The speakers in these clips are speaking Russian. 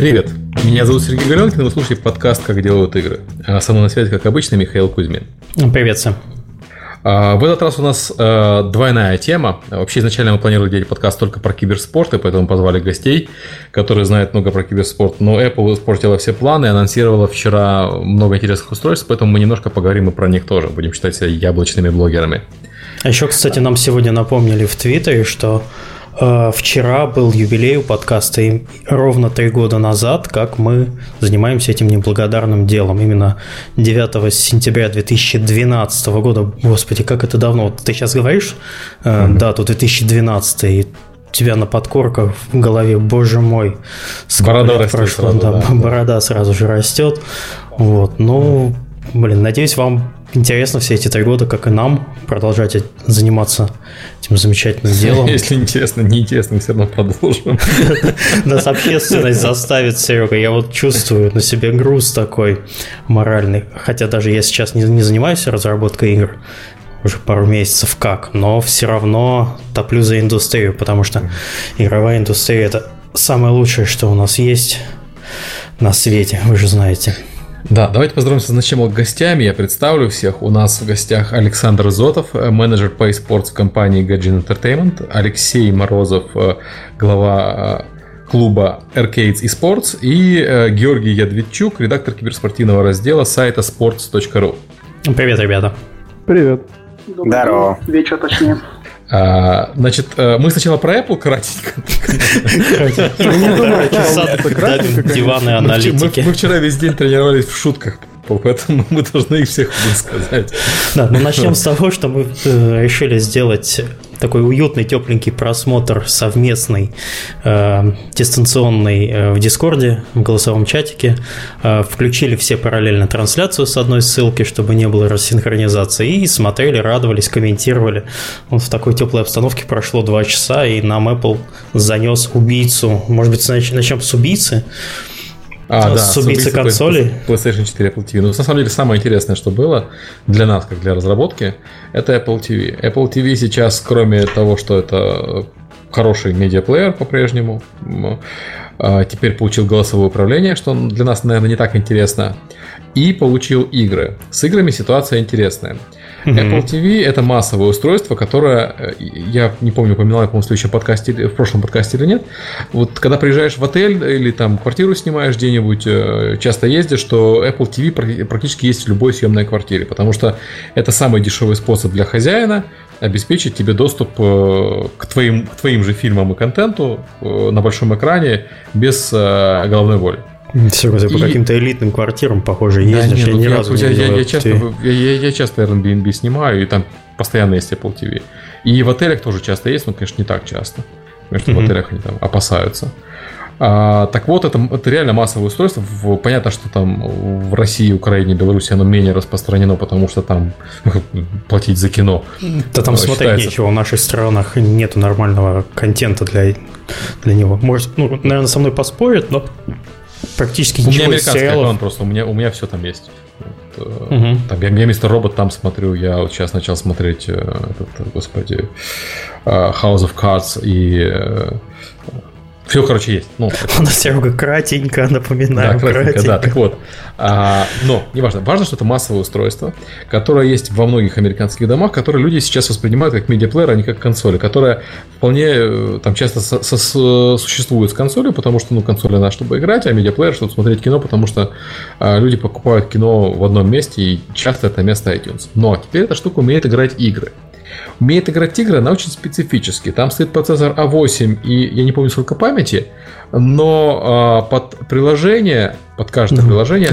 Привет, меня зовут Сергей Галенкин, и вы слушаете подкаст «Как делают игры». Со мной на связи, как обычно, Михаил Кузьмин. Привет всем. В этот раз у нас двойная тема. Вообще, изначально мы планировали делать подкаст только про киберспорт, и поэтому позвали гостей, которые знают много про киберспорт. Но Apple испортила все планы и анонсировала вчера много интересных устройств, поэтому мы немножко поговорим и про них тоже. Будем считать себя яблочными блогерами. А еще, кстати, нам сегодня напомнили в Твиттере, что вчера был юбилей у подкаста, и ровно 3 года назад, как мы занимаемся этим неблагодарным делом. Именно 9 сентября 2012 года. Господи, как это давно. Вот ты сейчас говоришь дату 2012, и у тебя на подкорках в голове, боже мой, борода растет прошло, сразу, да. Борода сразу же растет. Вот, ну, надеюсь, вам интересно все эти 3 года, как и нам, продолжать заниматься этим замечательным делом. Если интересно, неинтересно, мы все равно продолжим. Нас общественность заставит, Серега. Я вот чувствую на себе груз такой моральный. Хотя даже я сейчас не занимаюсь разработкой игр уже пару месяцев но все равно топлю за индустрию, потому что игровая индустрия – это самое лучшее, что у нас есть на свете, вы же знаете. Да, давайте поздороваемся сначала с гостями. Я представлю всех. У нас в гостях Александр Зотов, менеджер по eSports в компании Gaijin Entertainment, Алексей Морозов, глава клуба Arcades eSports, и Георгий Ядвичук, редактор киберспортивного раздела сайта sports.ru. Привет, ребята. Привет. Здорово. Вечер, точнее. Значит, мы сначала про Apple кратенько. Диваны аналитики. Мы вчера весь день тренировались в шутках, поэтому мы должны их всех высказать. Да, но начнем с того, что мы решили сделать такой уютный, тепленький просмотр совместный, дистанционный в Дискорде, в голосовом чатике. Включили все параллельно трансляцию с одной ссылки, чтобы не было рассинхронизации, и смотрели, радовались, комментировали. Вот в такой теплой обстановке прошло 2 часа, и нам Apple занес убийцу. Может быть, начнем с убийцы? С убийцы консолей. PlayStation 4, Apple TV. Ну, на самом деле, самое интересное, что было для нас, как для разработки, это Apple TV. Apple TV сейчас, кроме того, что это хороший медиаплеер по-прежнему, теперь получил голосовое управление, что для нас, наверное, не так интересно, и получил игры. С играми ситуация интересная. Apple TV – это массовое устройство, которое, я не помню, упоминал я, по-моему, в прошлом подкасте или нет. Вот когда приезжаешь в отель или там квартиру снимаешь где-нибудь, часто ездишь, что Apple TV практически есть в любой съемной квартире, потому что это самый дешевый способ для хозяина обеспечить тебе доступ к твоим же фильмам и контенту на большом экране без головной боли. Все, по каким-то элитным квартирам, похоже, ездишь, я ни разу не видел. Я часто Airbnb снимаю, и там постоянно есть Apple TV. И в отелях тоже часто есть, но, конечно, не так часто. Потому что в отелях они там опасаются. Так вот, это реально массовое устройство. Понятно, что там в России, Украине, Беларуси оно менее распространено, потому что там платить за кино. Да там смотреть нечего, в наших странах нету нормального контента для него. Может, наверное, со мной поспорят, но практически ничего из сериалов. У меня американский аккаунт просто, у меня все там есть. Там, я «Мистер Робот» там смотрю, я вот сейчас начал смотреть House of Cards и... Все, короче, есть. У нас Серега кратенько, напоминаю. Да, кратенько, да, так вот. Но, неважно. Важно, что это массовое устройство, которое есть во многих американских домах, которые люди сейчас воспринимают как медиаплеер, а не как консоли, которая вполне там часто существует с консолью, потому что, консоль она чтобы играть, а медиаплеер, чтобы смотреть кино, потому что люди покупают кино в одном месте, и часто это место iTunes. Но теперь эта штука умеет играть игры. Умеет играть игры, она очень специфически. Там стоит процессор A8 и я не помню сколько памяти, но под приложение, под каждое приложение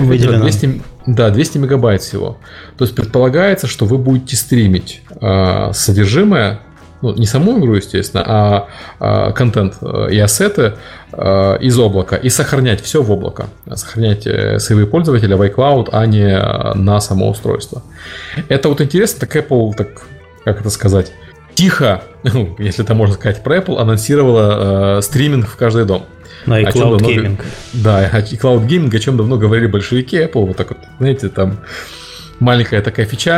200 мегабайт всего. То есть предполагается, что вы будете стримить содержимое, не саму игру, естественно, а контент и ассеты из облака и сохранять все в облако. Сохранять сейвы пользователя в iCloud, а не на само устройство. Это вот интересно, так Apple, как это сказать, тихо, если это можно сказать про Apple, анонсировала стриминг в каждый дом. И Cloud Gaming. Да, и Cloud Gaming, о чем давно говорили большевики Apple. Вот так вот, знаете, там маленькая такая фича,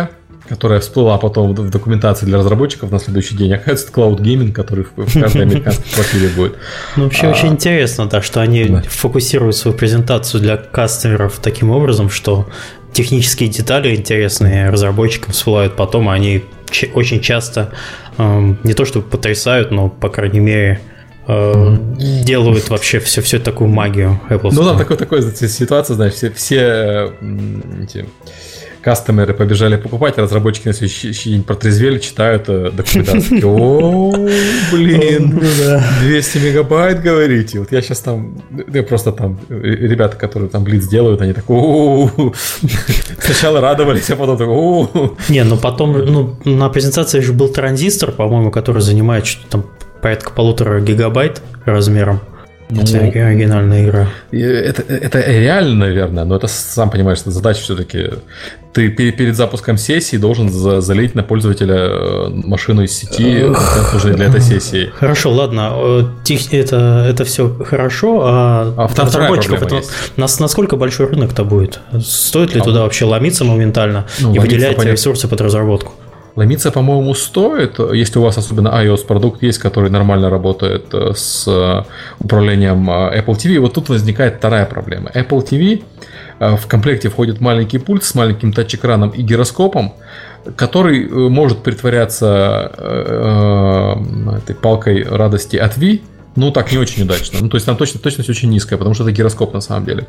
которая всплыла потом в документации для разработчиков на следующий день. Оказывается, это Cloud Gaming, который в каждой американской квартире будет. Ну, вообще очень интересно, да, что они фокусируют свою презентацию для кастомеров таким образом, что технические детали интересные разработчикам всплывают потом, а они очень часто не то чтобы потрясают, но, по крайней мере, делают вообще всю такую магию Apple. Ну, там такая ситуация, знаешь, все эти кастомеры побежали покупать, а разработчики на следующий день протрезвели, читают документацию. О, блин, 200 мегабайт, говорите. Вот я сейчас там, просто там ребята, которые там Блиц делают, они так, сначала радовались, а потом так, Не, ну потом, на презентации же был транзистор, по-моему, который занимает что-то там порядка 1,5 гигабайт размером. Это оригинальная игра. Это реально, наверное, но это, сам понимаешь, что задача все-таки. Ты перед запуском сессии должен залить на пользователя машину из сети, нужный для этой сессии. Хорошо, ладно, это все хорошо, а разработчиков насколько большой рынок-то будет? Стоит ли туда вообще ломиться моментально и выделять ресурсы под разработку? Ломиться, по-моему, стоит, если у вас особенно iOS-продукт есть, который нормально работает с управлением Apple TV. Вот тут возникает вторая проблема. Apple TV в комплекте входит маленький пульт с маленьким тач-экраном и гироскопом, который может притворяться этой палкой радости от Wii. Ну, так не очень удачно. Ну, то есть там точность очень низкая, потому что это гироскоп на самом деле.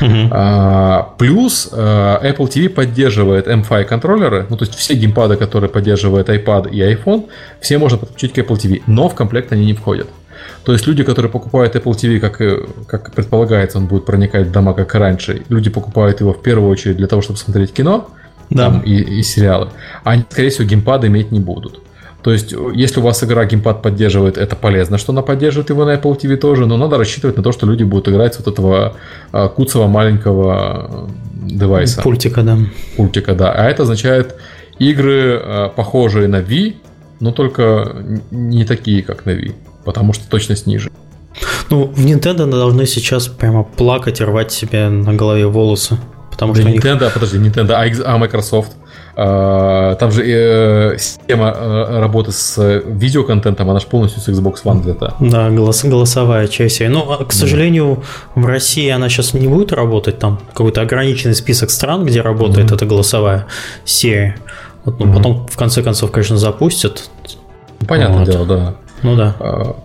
Плюс Apple TV поддерживает MFI контроллеры. Ну, то есть все геймпады, которые поддерживают iPad и iPhone, все можно подключить к Apple TV, но в комплект они не входят. То есть люди, которые покупают Apple TV, как предполагается, он будет проникать в дома, как и раньше. Люди покупают его в первую очередь для того, чтобы смотреть кино там, и сериалы. А они, скорее всего, геймпады иметь не будут. То есть, если у вас игра геймпад поддерживает, это полезно, что она поддерживает его на Apple TV тоже, но надо рассчитывать на то, что люди будут играть с вот этого куцого маленького девайса. Пультика, да. А это означает игры, похожие на Wii, но только не такие, как на Wii, потому что точность ниже. Ну, в Nintendo должны сейчас прямо плакать и рвать себе на голове волосы. Потому что Nintendo, а Microsoft? Там же система работы с видеоконтентом, она же полностью с Xbox One где-то. Да, голосовая часть. Но, к сожалению, в России она сейчас не будет работать. Там какой-то ограниченный список стран, где работает эта голосовая серия. Вот, потом, в конце концов, конечно, запустят. Понятное дело, да. Ну да.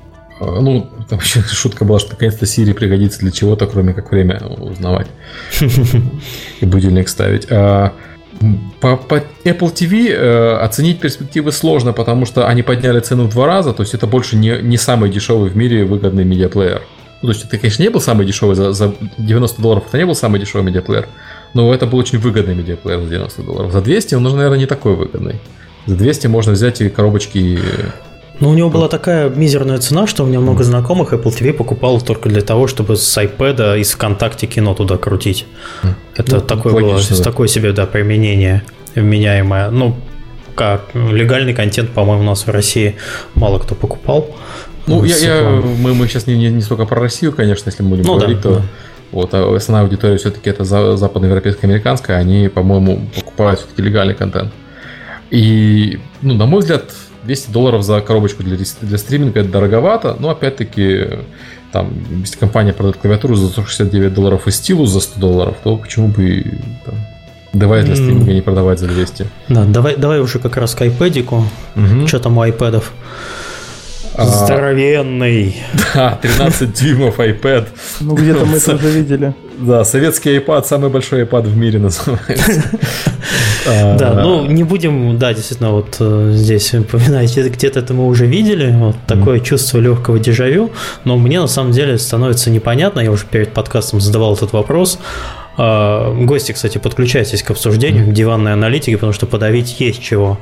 Там вообще шутка была, что наконец-то Siri пригодится для чего-то, кроме как время узнавать и будильник ставить. По Apple TV оценить перспективы сложно, потому что они подняли цену в 2 раза, то есть это больше не самый дешевый в мире выгодный медиаплеер. То есть это, конечно, не был самый дешевый, за $90 это не был самый дешевый медиаплеер, но это был очень выгодный медиаплеер за $90. За 200 он уже, наверное, не такой выгодный. За 200 можно взять и коробочки... Ну, у него была такая мизерная цена, что у меня много знакомых Apple TV покупал только для того, чтобы с iPad из ВКонтакте кино туда крутить. Это такое было, такое себе, применение вменяемое. Ну, как легальный контент, по-моему, у нас в России мало кто покупал. Ну, мы сейчас не столько про Россию, конечно, если мы будем говорить, то... Вот, а основная аудитория все-таки это западноевропейская, американская, они, по-моему, покупают все-таки легальный контент. И, на мой взгляд, $200 за коробочку для стриминга это дороговато, но опять-таки, там, если компания продает клавиатуру за $169 и стилус за $100, то почему бы девайс для стриминга не продавать за 200? Да, давай уже как раз к iPad'iку. Что там у iPad'ов? Здоровенный. Да, 13 дюймов iPad. Ну, где-то мы это уже видели. Да, советский iPad, самый большой iPad в мире называется. Да, не будем, действительно, вот здесь упоминать, где-то это мы уже видели, вот такое чувство легкого дежавю, но мне на самом деле становится непонятно, я уже перед подкастом задавал этот вопрос. Гости, кстати, подключайтесь к обсуждению диванной аналитики, потому что подавить есть чего.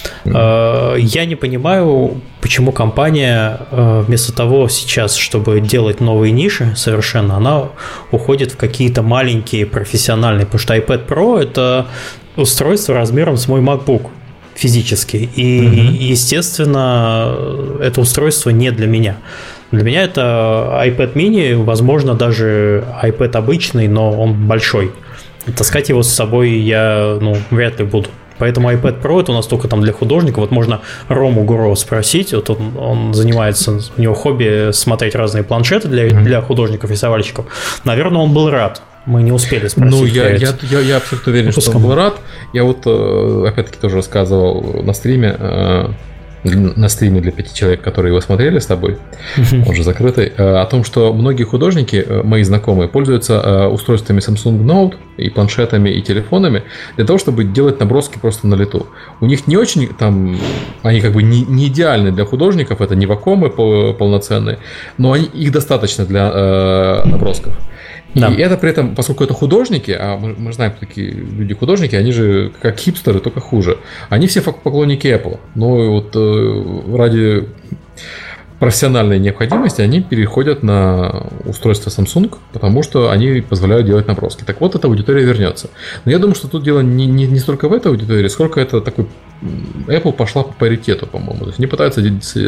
Я не понимаю, почему компания вместо того сейчас, чтобы делать новые ниши совершенно, она уходит в какие-то маленькие профессиональные, потому что iPad Pro – это устройство размером с мой MacBook физически, и, естественно, это устройство не для меня. Для меня это iPad mini, возможно, даже iPad обычный, но он большой. Таскать его с собой я вряд ли буду. Поэтому iPad Pro это у нас только там для художников. Вот можно Рому Гурова спросить, вот он занимается, у него хобби смотреть разные планшеты для художников, рисовальщиков. Наверное, он был рад. Мы не успели спросить. Ну, я абсолютно уверен, что он был рад. Я вот, опять-таки, тоже рассказывал на стриме для 5 человек, которые его смотрели с тобой, он же закрытый, о том, что многие художники, мои знакомые, пользуются устройствами Samsung Note и планшетами, и телефонами для того, чтобы делать наброски просто на лету. У них не очень там, они как бы не идеальны для художников, это не вакуумы полноценные, но их достаточно для набросков. Да. И это при этом, поскольку это художники, а мы знаем, кто такие люди-художники, они же как хипстеры, только хуже. Они все поклонники Apple. Но вот ради профессиональной необходимости они переходят на устройство Samsung, потому что они позволяют делать наброски. Так вот, эта аудитория вернется. Но я думаю, что тут дело не столько в этой аудитории, сколько это такой... Apple пошла по паритету, по-моему. То есть они пытаются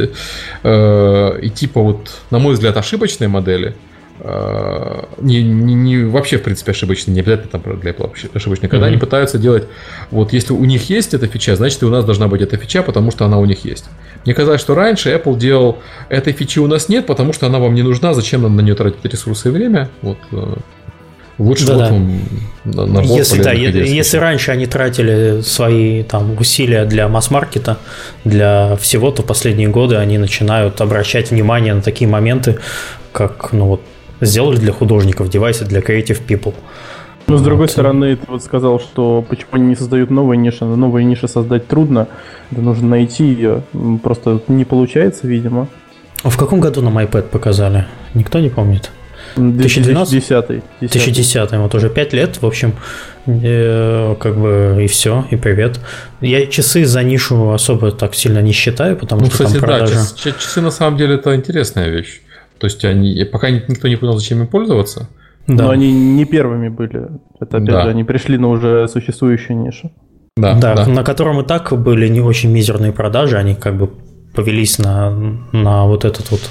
идти по, вот, на мой взгляд, ошибочной модели. Не вообще, в принципе, ошибочные, не обязательно там для Apple ошибочные, когда они пытаются делать, вот если у них есть эта фича, значит и у нас должна быть эта фича, потому что она у них есть. Мне казалось, что раньше Apple делал, этой фичи у нас нет, потому что она вам не нужна, зачем нам на нее тратить ресурсы и время, вот. Лучше вот вам набор если раньше они тратили свои там усилия для масс-маркета, для всего, то последние годы они начинают обращать внимание на такие моменты, как, сделали для художников девайсы для creative people. Но с другой стороны, ты вот сказал, что почему они не создают новые ниши. Новые ниши создать трудно, это нужно найти ее. Просто не получается, видимо. А в каком году нам iPad показали? Никто не помнит? 2010. 2010, вот уже 5 лет, в общем, как бы и все, и привет. Я часы за нишу особо так сильно не считаю, потому что кстати, там продажа... Да, часы на самом деле это интересная вещь. То есть пока никто не понял, зачем им пользоваться. Да. Но они не первыми были. Это опять же, они пришли на уже существующую нишу. Да, на котором и так были не очень мизерные продажи, они как бы повелись на вот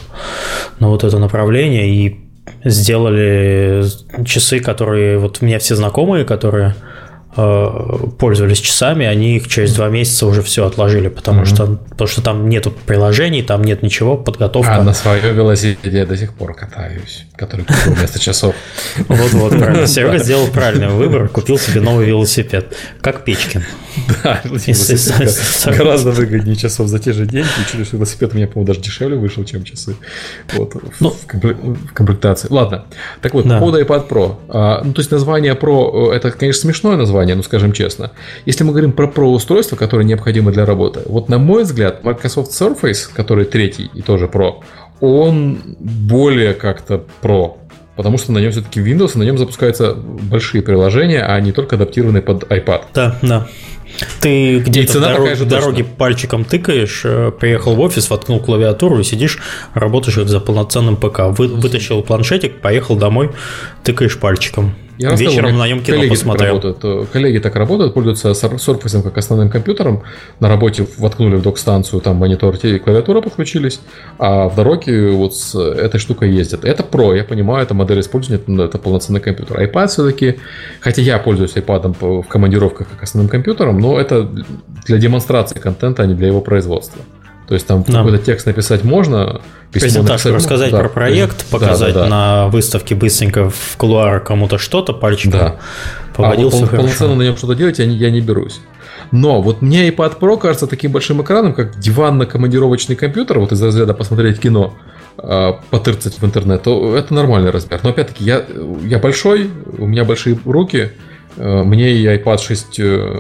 это направление и сделали часы, которые вот у меня все знакомые, которые пользовались часами, они их через 2 месяца уже все отложили, потому что там нету приложений, там нет ничего, подготовка. А на своем велосипеде я до сих пор катаюсь, который купил вместо часов. Вот, правильно. Серега сделал правильный выбор, купил себе новый велосипед, как Печкин. Да, гораздо выгоднее часов за те же деньги, учитывая, что велосипед у меня, по-моему, даже дешевле вышел, чем часы. Вот, в комплектации. Ладно, так вот, по поводу iPad Pro. То есть название Pro, это, конечно, смешное название, ну, скажем честно. Если мы говорим про Pro-устройство, которое необходимо для работы, вот на мой взгляд, Microsoft Surface, который третий и тоже Pro, он более как-то Pro, потому что на нем все-таки Windows, и на нем запускаются большие приложения, а не только адаптированные под iPad. Да. Ты где-то в дороге пальчиком тыкаешь, приехал в офис, воткнул клавиатуру и сидишь, работаешь за полноценным ПК. Вытащил планшетик, поехал домой, тыкаешь пальчиком. Вечером на нем кино посмотрел. Коллеги так работают, пользуются Surface как основным компьютером. На работе воткнули в док-станцию, там монитор и клавиатура подключились, а в дороге вот с этой штукой ездят. Это Pro, я понимаю, это модель использования, это полноценный компьютер. iPad все-таки, хотя я пользуюсь iPad в командировках как основным компьютером, но это для демонстрации контента, а не для его производства. То есть там какой-то текст написать можно. Презентацию рассказать про проект, показать на выставке быстренько в кулуарах кому-то что-то, пальчиком поводил, все хорошо. Полноценно на нем что-то делать я не берусь. Но вот мне iPad Pro кажется таким большим экраном, как диванно-командировочный компьютер, вот из разряда посмотреть кино, потырцать в интернет, то это нормальный размер. Но опять-таки я большой, у меня большие руки. Мне и iPhone 6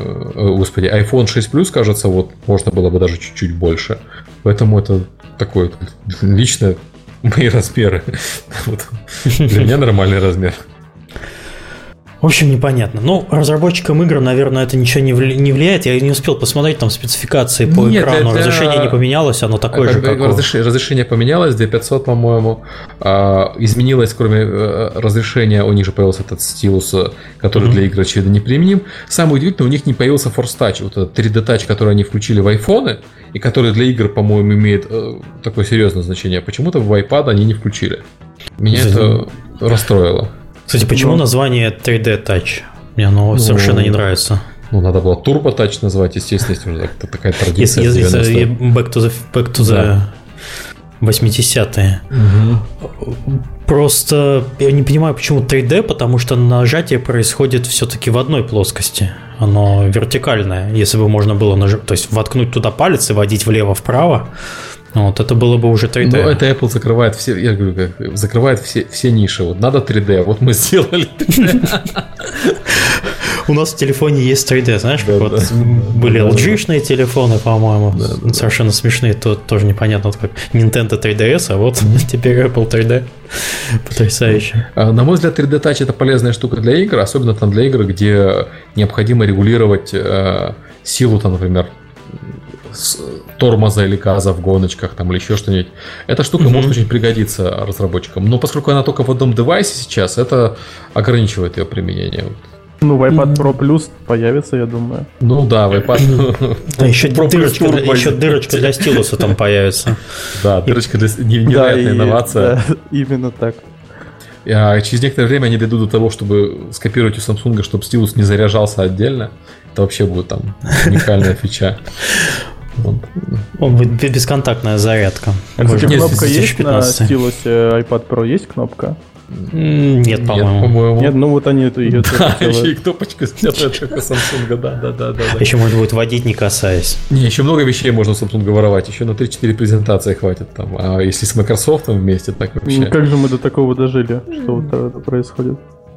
Plus, кажется, вот можно было бы даже чуть-чуть больше. Поэтому это такое лично мои размеры. Вот. Для меня нормальный размер. В общем, непонятно. Ну, разработчикам игр, наверное, это ничего не влияет. Я не успел посмотреть там спецификации по экрану. Разрешение не поменялось, оно такое же, как разрешение поменялось, 2500, по-моему. Изменилось, кроме разрешения, у них же появился этот стилус, который для игр, очевидно, неприменим. Самое удивительное, у них не появился Force Touch, вот этот 3D Touch, который они включили в айфоны, и который для игр, по-моему, имеет такое серьезное значение. Почему-то в iPad они не включили. Меня это расстроило. Кстати, почему название 3D Touch? Мне оно совершенно не нравится. надо было Turbo Touch назвать, естественно, если уже такая традиция. Если back to the 80-е. Угу. Просто я не понимаю, почему 3D, потому что нажатие происходит все-таки в одной плоскости. Оно вертикальное. Если бы можно было то есть воткнуть туда палец и водить влево-вправо, вот это было бы уже 3D. Но это Apple закрывает все, я говорю, закрывает все ниши. Вот надо 3D, вот мы сделали 3D. У нас в телефоне есть 3D, знаешь, как вот были LG-шные телефоны, по-моему, совершенно смешные, тут тоже непонятно, как Nintendo 3DS, а вот теперь Apple 3D. Потрясающе. На мой взгляд, 3D Touch это полезная штука для игр, особенно там для игр, где необходимо регулировать силу, там, например, тормоза или газа в гоночках там, или еще что-нибудь. Эта штука может очень пригодиться разработчикам. Но поскольку она только в одном девайсе сейчас, это ограничивает ее применение. Ну, в iPad Pro Plus появится, я думаю. Ну да, в iPad да, еще дырочка для стилуса там появится. Да, дырочка для невероятная инновация. Да, именно так. Через некоторое время они дойдут до того, чтобы скопировать у Samsung, чтобы стилус не заряжался отдельно. Это вообще будет там уникальная фича. Он будет бесконтактная зарядка. Кстати, кнопка есть на стилусе iPad Pro? Есть кнопка? Нет, по-моему. Нет, ну вот они ее... Да, еще и кнопочку сделают, как у Samsung, да. Еще можно будет водить, не касаясь. Не, еще много вещей можно у Samsung воровать, еще на 3-4 презентации хватит там. А если с Microsoft вместе, так вообще... Как же мы до такого дожили, что вот это происходит?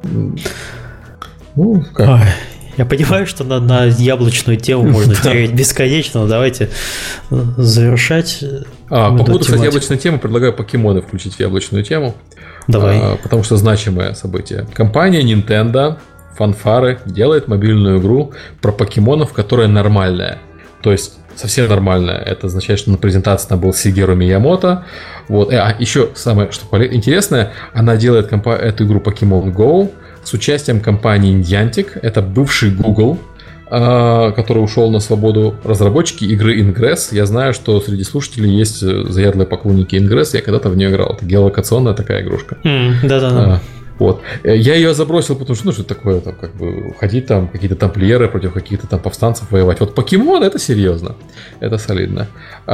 Ну, как? Ой, я понимаю, что на яблочную тему можно тереть бесконечно, но давайте завершать. По поводу, кстати, яблочной темы предлагаю покемоны включить в яблочную тему. Давай. Потому что значимое событие. Компания Nintendo, фанфары, делает мобильную игру про покемонов, которая нормальная. То есть совсем нормальная. Это означает, что на презентации там был Сигеру Миямото. Вот. Еще самое, что интересное, она делает эту игру Pokemon Go с участием компании Niantic. Это бывший Google, который ушел на свободу. Разработчики игры Ingress. Я знаю, что среди слушателей есть заядлые поклонники Ingress. Я когда-то в нее играл. Это геолокационная такая игрушка. Да-да-да. Вот. Я ее забросил, потому что, что такое, там, как бы, ходить там, какие-то тамплиеры против каких-то там повстанцев воевать. Вот покемон — это серьезно. Это солидно.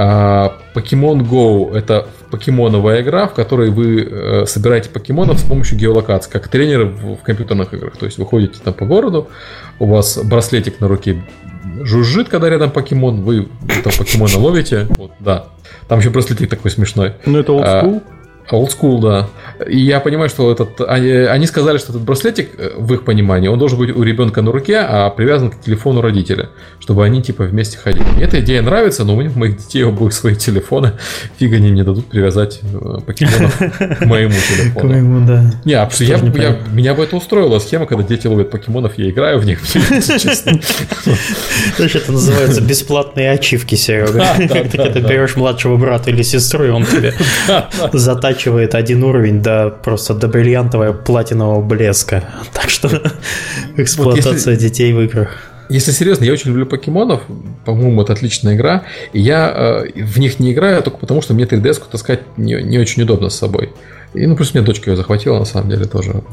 Pokemon Go — это покемоновая игра, в которой вы собираете покемонов с помощью геолокации, как тренеры в компьютерных играх. То есть вы ходите там по городу, у вас браслетик на руке жужжит, когда рядом покемон, вы этого покемона ловите. Вот, да. Там еще браслетик такой смешной. Ну, это old school. Old school, да. И я понимаю, что они сказали, что этот браслетик, в их понимании, он должен быть у ребенка на руке, а привязан к телефону родителя, чтобы они типа вместе ходили. Мне эта идея нравится, но у моих детей обоих свои телефоны, фиг они не дадут привязать покемонов к моему телефону. К моему, да. Не, меня бы это устроила схема, когда дети ловят покемонов, я играю в них, честно. Знаешь, это называется бесплатные ачивки, Серега. Ты берешь младшего брата или сестру, и он тебе затачивает один уровень просто до бриллиантового платинового блеска. Так что эксплуатация детей в играх. Если серьезно, я очень люблю покемонов. По-моему, это отличная игра. И я в них не играю только потому, что мне 3DS-ку таскать не очень удобно с собой. И, плюс меня дочка ее захватила, на самом деле, тоже.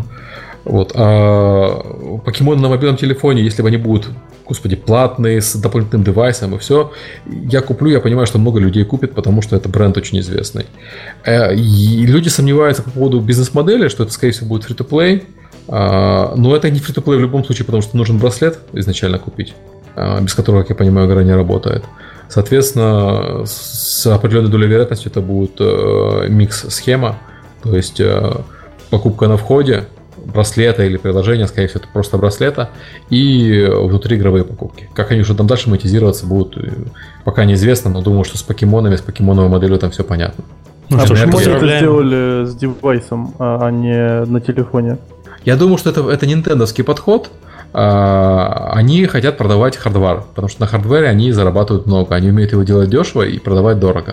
Вот. А покемоны на мобильном телефоне, если бы они будут, господи, платные, с дополнительным девайсом и все, я куплю, я понимаю, что много людей купит, потому что это бренд очень известный. И люди сомневаются по поводу бизнес-модели, что это, скорее всего, будет free-to-play. Но это не free-to-play в любом случае, потому что нужен браслет изначально купить, без которого, как я понимаю, игра не работает. Соответственно, с определенной долей вероятности это будет микс-схема, то есть покупка на входе, браслета или приложения, скорее всего, это просто браслета, и внутриигровые покупки. Как они уже там дальше монетизироваться будут, пока неизвестно, но думаю, что с покемонами, с покемоновой моделью там все понятно. Почему они это сделали с девайсом, а не на телефоне? Я думаю, что это нинтендовский подход. Они хотят продавать хардвар, потому что на хардвере они зарабатывают много. Они умеют его делать дешево и продавать дорого.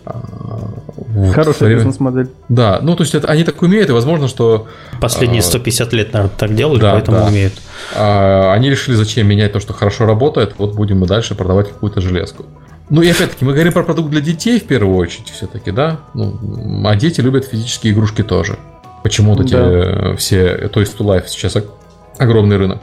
Хорошая бизнес-модель. Да, то есть они так умеют, и возможно, что... Последние 150 лет, наверное, так делают, поэтому умеют. Они решили, зачем менять то, что хорошо работает, вот будем мы дальше продавать какую-то железку. И опять-таки, мы говорим про продукт для детей в первую очередь все-таки, да? А дети любят физические игрушки тоже. Почему-то все Toys to Life сейчас огромный рынок.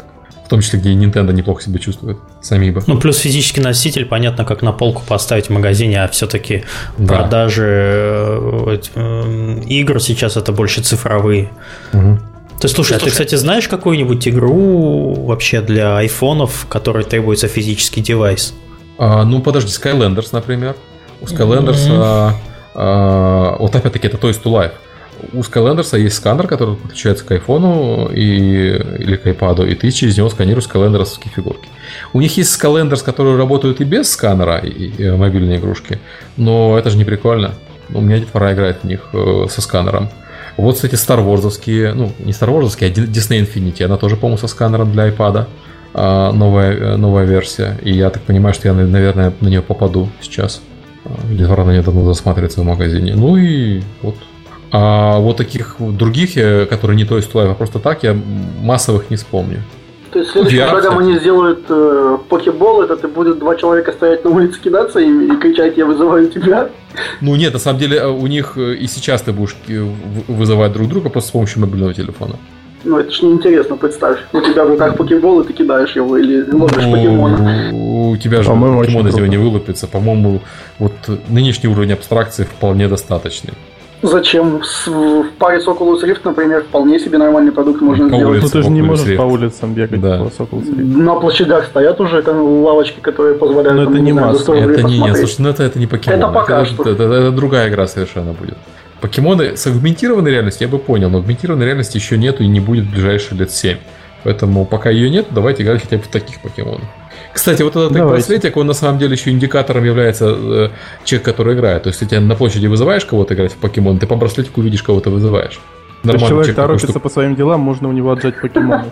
том числе, где и Nintendo неплохо себя чувствует, Amiibo. Ну, плюс физический носитель, понятно, как на полку поставить в магазине, а все-таки продажи игр сейчас это больше цифровые. Ты, слушай, а ты, кстати, знаешь какую-нибудь игру вообще для айфонов, в которой требуется физический девайс? Ну, подожди, Skylanders, например. У Skylanders, вот опять-таки, это Toys to Life. У Skylanders есть сканер, который подключается к айфону или к iPad, и ты через него сканируешь Skylanders'овские фигурки. У них есть Skylanders, которые работают и без сканера, и мобильные игрушки, но это же не прикольно. У меня детвора играет в них со сканером. Вот, кстати, Star Wars'овские, ну, не Star Wars'овские, а Disney Infinity, она тоже, по-моему, со сканером для iPad, новая версия. И я так понимаю, что я, наверное, на нее попаду сейчас. Детвора на нее давно засматривается в магазине. Ну и вот. А вот таких других, которые не Toys to Life, а просто так, я массовых не вспомню. То есть следующим шагом они сделают покебол, это будет 2 человека стоять на улице, кидаться и кричать: «Я вызываю тебя». Ну нет, на самом деле у них и сейчас ты будешь вызывать друг друга просто с помощью мобильного телефона. Ну это ж неинтересно, представь. У тебя в руках покебол, и ты кидаешь его или ловишь покемона. У тебя же покемон из него не вылупится. По-моему, вот нынешний уровень абстракции вполне достаточный. Зачем? В паре с Oculus Rift, например, вполне себе нормальный продукт можно сделать. Ну ты же не можешь по улицам бегать с Oculus Rift. На площадях стоят уже лавочки, которые позволяют... Но это не масса. Это не, слушай, ну это не покемон. Это пока что. Это другая игра совершенно будет. Покемоны с агментированной реальностью я бы понял, но агментированной реальности еще нету и не будет в ближайшие лет 7. Поэтому пока ее нет, давайте играть хотя бы в таких покемонов. Кстати, вот этот браслетик, он на самом деле еще индикатором является человек, который играет. То есть, если ты на площади вызываешь кого-то играть в покемон, ты по браслетику видишь, кого ты вызываешь. Если человек торопится по своим делам, можно у него отжать покемона.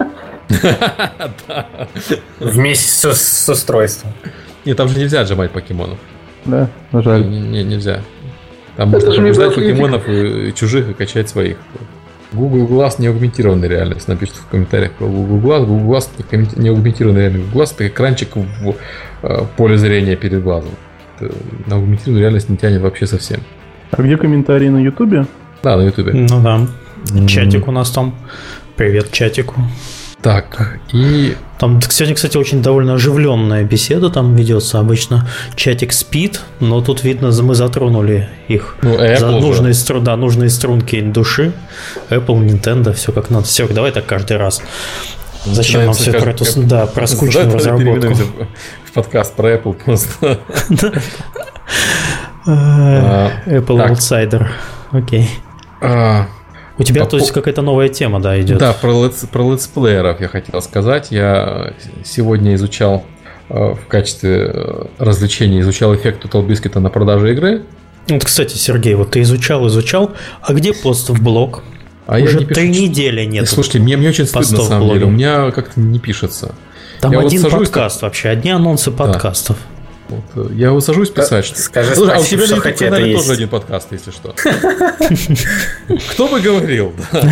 Вместе с устройством. Нет, там же нельзя отжимать покемонов. Да, жаль. Нельзя. Там можно побеждать покемонов и чужих и качать своих. Google Glass не аугментированная реальность. Напишите в комментариях про Google Glass. Google Glass не аугментированная реальность. Google Glass — это экранчик в поле зрения перед глазом. На аугментированную реальность не тянет вообще совсем. А где комментарии на Ютубе? Да, на Ютубе. Ну да. Чатик у нас там. Привет чатику. Так, и... Там сегодня, кстати, очень довольно оживленная беседа там ведется. Обычно чатик спит, но тут, видно, мы затронули их. Нужные струнки души. Apple, Nintendo, все как надо. Все, давай так каждый раз. Зачем нам все про эту, про скучную разработку? В подкаст про Apple просто. Apple Outsider. Окей. У тебя, то есть, какая-то новая тема, да, идет? Да, про летсплееров я хотел сказать. Я сегодня изучал в качестве развлечения эффект Total Biscuit на продаже игры. Вот, кстати, Сергей, вот ты изучал, а где пост в блог? Уже 3 недели нет. Слушайте, мне очень стыдно, на самом деле. У меня как-то не пишется. Там один подкаст вообще, одни анонсы подкастов. Вот, я вот сажусь писать. Скажи, а у тебя на YouTube-канале тоже один подкаст, если что. Кто бы говорил?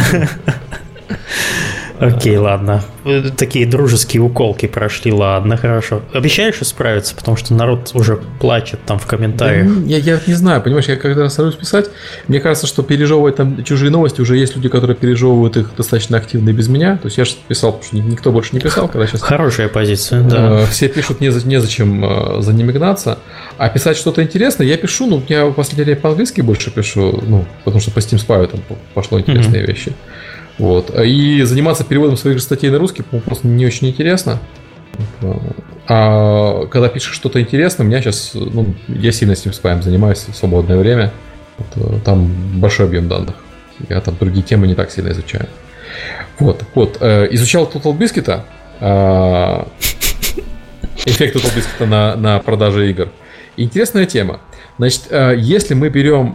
Окей, ладно. Такие дружеские уколки прошли, ладно, хорошо. Обещаешь исправиться, потому что народ уже плачет там в комментариях. Я не знаю, понимаешь, я когда сажусь писать, мне кажется, что пережевывать там чужие новости, уже есть люди, которые пережевывают их достаточно активно и без меня. То есть я же писал, потому что никто больше не писал, когда сейчас... Хорошая позиция, да. Все пишут, незачем за ними гнаться. А писать что-то интересное я пишу, я в последнее время по-английски больше пишу, потому что по Steam Spy там пошло интересные вещи. Вот. И заниматься переводом своих статей на русский просто не очень интересно. А когда пишешь что-то интересное, у меня сейчас, я сильно Steam Spy занимаюсь в свободное время. Вот, там большой объем данных. Я там другие темы не так сильно изучаю. Вот. Изучал Total Biscuit. Эффект Total Biscuit на продаже игр. Интересная тема. Значит, если мы берем...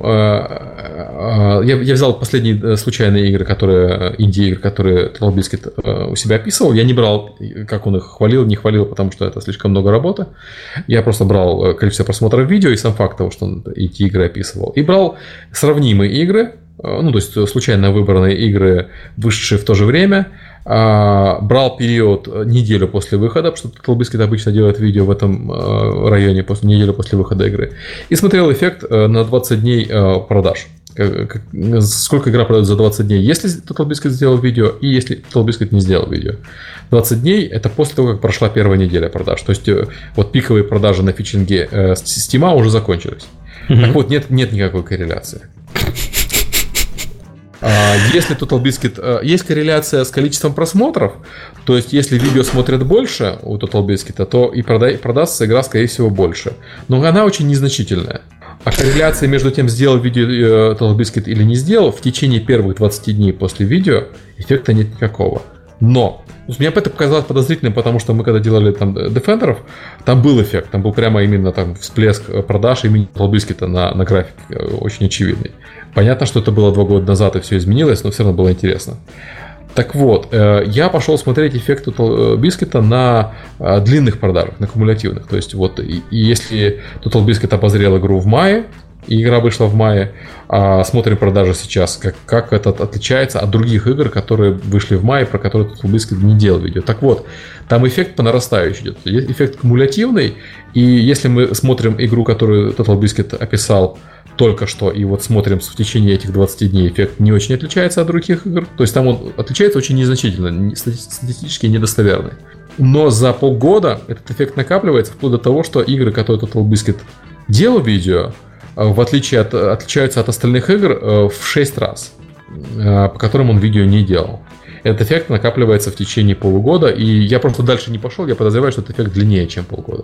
Я взял последние случайные игры, инди-игры, которые Total Biscuit у себя описывал. Я не брал, как он их хвалил, не хвалил, потому что это слишком много работы. Я просто брал количество просмотров видео и сам факт того, что он эти игры описывал. И брал сравнимые игры, то есть случайно выбранные игры, вышедшие в то же время. Брал период неделю после выхода, потому что Total Biscuit обычно делает видео в этом районе неделю после выхода игры. И смотрел эффект на 20 дней продаж. сколько игра продается за 20 дней, если Total Biscuit сделал видео, и если Total Biscuit не сделал видео. 20 дней – это после того, как прошла первая неделя продаж. То есть, вот пиковые продажи на фичинге Steam уже закончились. Так вот, нет никакой корреляции. Если Total Biscuit... Есть корреляция с количеством просмотров, то есть, если видео смотрят больше у Total Biscuit, то и продастся игра, скорее всего, больше. Но она очень незначительная. А корреляция между тем, сделал видео Total Biscuit или не сделал, в течение первых 20 дней после видео эффекта нет никакого. Но мне это показалось подозрительным, потому что мы когда делали там Defender'ов, там был эффект, там был прямо именно там всплеск продаж имени Total Biscuit на графике, очень очевидный. Понятно, что это было 2 года назад и все изменилось, но все равно было интересно. Так вот, я пошел смотреть эффект Total Biscuit на длинных продажах, на кумулятивных. То есть, вот, и если Total Biscuit обозрел игру в мае, и игра вышла в мае, смотрим продажи сейчас, как это отличается от других игр, которые вышли в мае, про которые Total Biscuit не делал видео. Так вот, там эффект по нарастающей идет. Эффект кумулятивный, и если мы смотрим игру, которую Total Biscuit описал только что, и вот смотрим в течение этих 20 дней, эффект не очень отличается от других игр. То есть там он отличается очень незначительно, статистически недостоверный. Но за полгода этот эффект накапливается вплоть до того, что игры, которые Total Biscuit делал видео, в отличие отличаются от остальных игр в 6 раз, по которым он видео не делал. Этот эффект накапливается в течение полугода, и я просто дальше не пошел, я подозреваю, что этот эффект длиннее, чем полгода.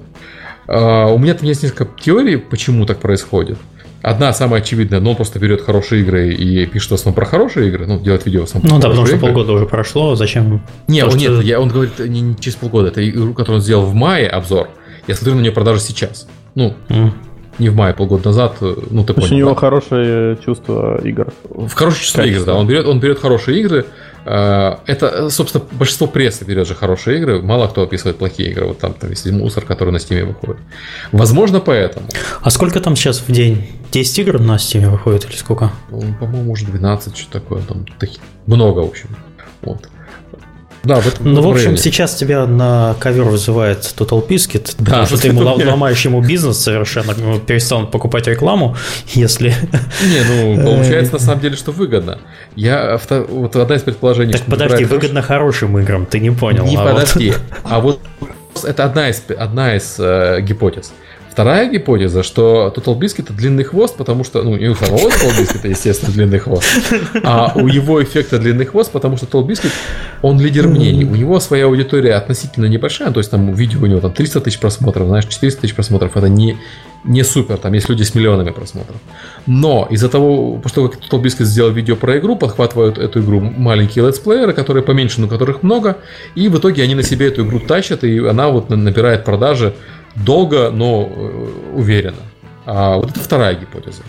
У меня там есть несколько теорий, почему так происходит. Одна самая очевидная, но он просто берет хорошие игры и пишет в основном про хорошие игры, делает видео в основном. Ну да, потому что полгода уже прошло, зачем? Он говорит не через полгода, это игру, которую он сделал в мае, обзор. Я смотрю на нее продажи сейчас. Не в мае, полгода назад, ты понял. У него хорошее чувство игр. В хорошее чувство игр, да. Он берет хорошие игры. Это, собственно, большинство прессы берет же хорошие игры. Мало кто описывает плохие игры. Вот там есть мусор, который на Steam выходит. Возможно, поэтому. А сколько там сейчас в день? 10 игр на Steam выходит или сколько? По-моему, уже 12, что такое. Там много, в общем. Вот. Да, в общем, сейчас тебя на ковер вызывает Total Biscuit, потому что ты ему ломаешь ему бизнес совершенно, перестал покупать рекламу, если... Получается на самом деле, что выгодно. Вот одна из предположений... Так подожди, выгодно хорошим играм, ты не понял. Подожди. А вот это одна из гипотез. Вторая гипотеза, что Total Biscuit длинный хвост, потому что, и у самого Total Biscuit, естественно, длинный хвост, а у его эффекта длинный хвост, потому что Total Biscuit, он лидер мнений, у него своя аудитория относительно небольшая, то есть там видео у него там 300 тысяч просмотров, 400 тысяч просмотров, это не супер, там есть люди с миллионами просмотров. Но из-за того, что Total Biscuit сделал видео про игру, подхватывают эту игру маленькие летсплееры, которые поменьше, но которых много, и в итоге они на себе эту игру тащат, и она вот набирает продажи долго, но уверенно. А вот это вторая гипотеза.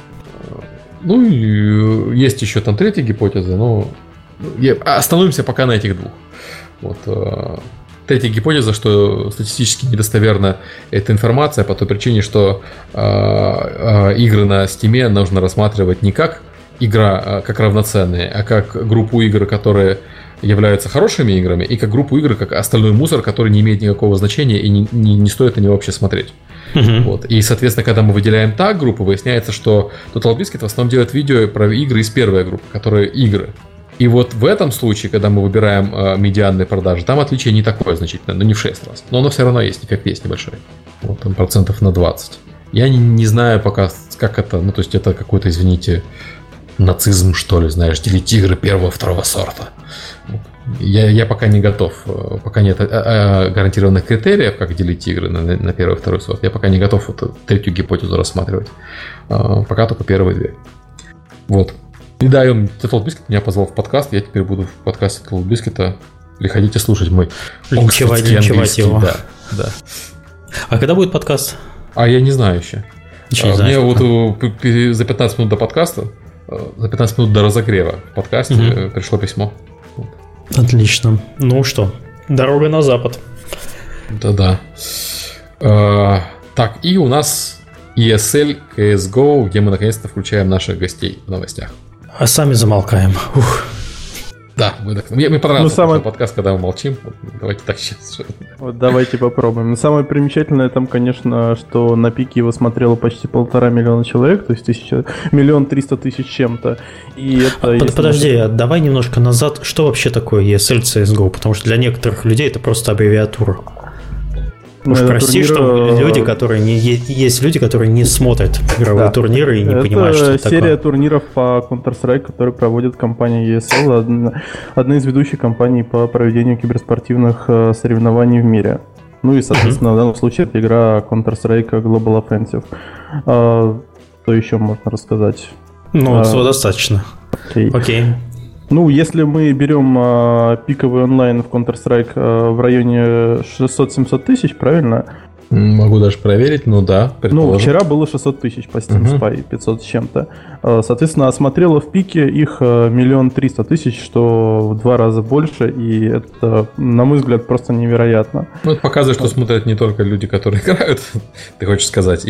И есть еще там третья гипотеза, но остановимся пока на этих двух. Вот. Третья гипотеза, что статистически недостоверна эта информация по той причине, что игры на Steam нужно рассматривать не как игра, как равноценные, а как группу игр, которые являются хорошими играми, и как группу игр, как остальной мусор, который не имеет никакого значения и не стоит на него вообще смотреть. Вот. И, соответственно, когда мы выделяем так группу, выясняется, что Total Biscuit в основном делает видео про игры из первой группы, которые игры. И вот в этом случае, когда мы выбираем медианные продажи, там отличие не такое значительное, но не в 6 раз. Но оно все равно есть, эффект есть небольшой. Вот там процентов на 20. Я не знаю пока, как это, то есть это какой-то, извините, нацизм, что ли, знаешь, делить игры первого, второго сорта. Я пока не готов, пока нет гарантированных критериев, как делить игры на первый и второй сорт. Я пока не готов третью гипотезу рассматривать. Пока только первые две. Вот. И да, Total Biscuit меня позвал в подкаст. Я теперь буду в подкасте Total Biscuit. Приходите слушать мой линчевать его. Да. А когда будет подкаст? Я не знаю еще. Мне вот за 15 минут до подкаста, за 15 минут до разогрева в подкасте пришло письмо. Отлично. Ну что, дорога на запад. Да. Так, и у нас ESL CSGO, где мы наконец-то включаем наших гостей в новостях. А сами замолкаем. Да, мне понравился подкаст, когда мы молчим. Давайте так сейчас. Вот давайте попробуем. Но самое примечательное там, конечно, что на пике его смотрело почти 1,5 миллиона человек, то есть 1 300 000 чем-то. И это, подожди, давай немножко назад. Что вообще такое ESL CSGO? Потому что для некоторых людей это просто аббревиатура. Уж прости, что люди, которые есть люди, которые не смотрят игровые турниры и не понимают, что это такое. Это серия турниров по Counter-Strike, которые проводит компания ESL, одна из ведущих компаний по проведению киберспортивных соревнований в мире. Ну и, соответственно, в данном случае это игра Counter-Strike Global Offensive. Что еще можно рассказать? Ну, этого достаточно. Окей. Ну, если мы берем пиковый онлайн в Counter-Strike в районе 600-700 тысяч, правильно? Могу даже проверить, но да. Ну, вчера было 600 тысяч по Steam Spy, 500 с чем-то. Соответственно, осмотрело в пике их 1 300 000, что в 2 раза больше, и это, на мой взгляд, просто невероятно. Ну, это показывает, что смотрят не только люди, которые играют, ты хочешь сказать,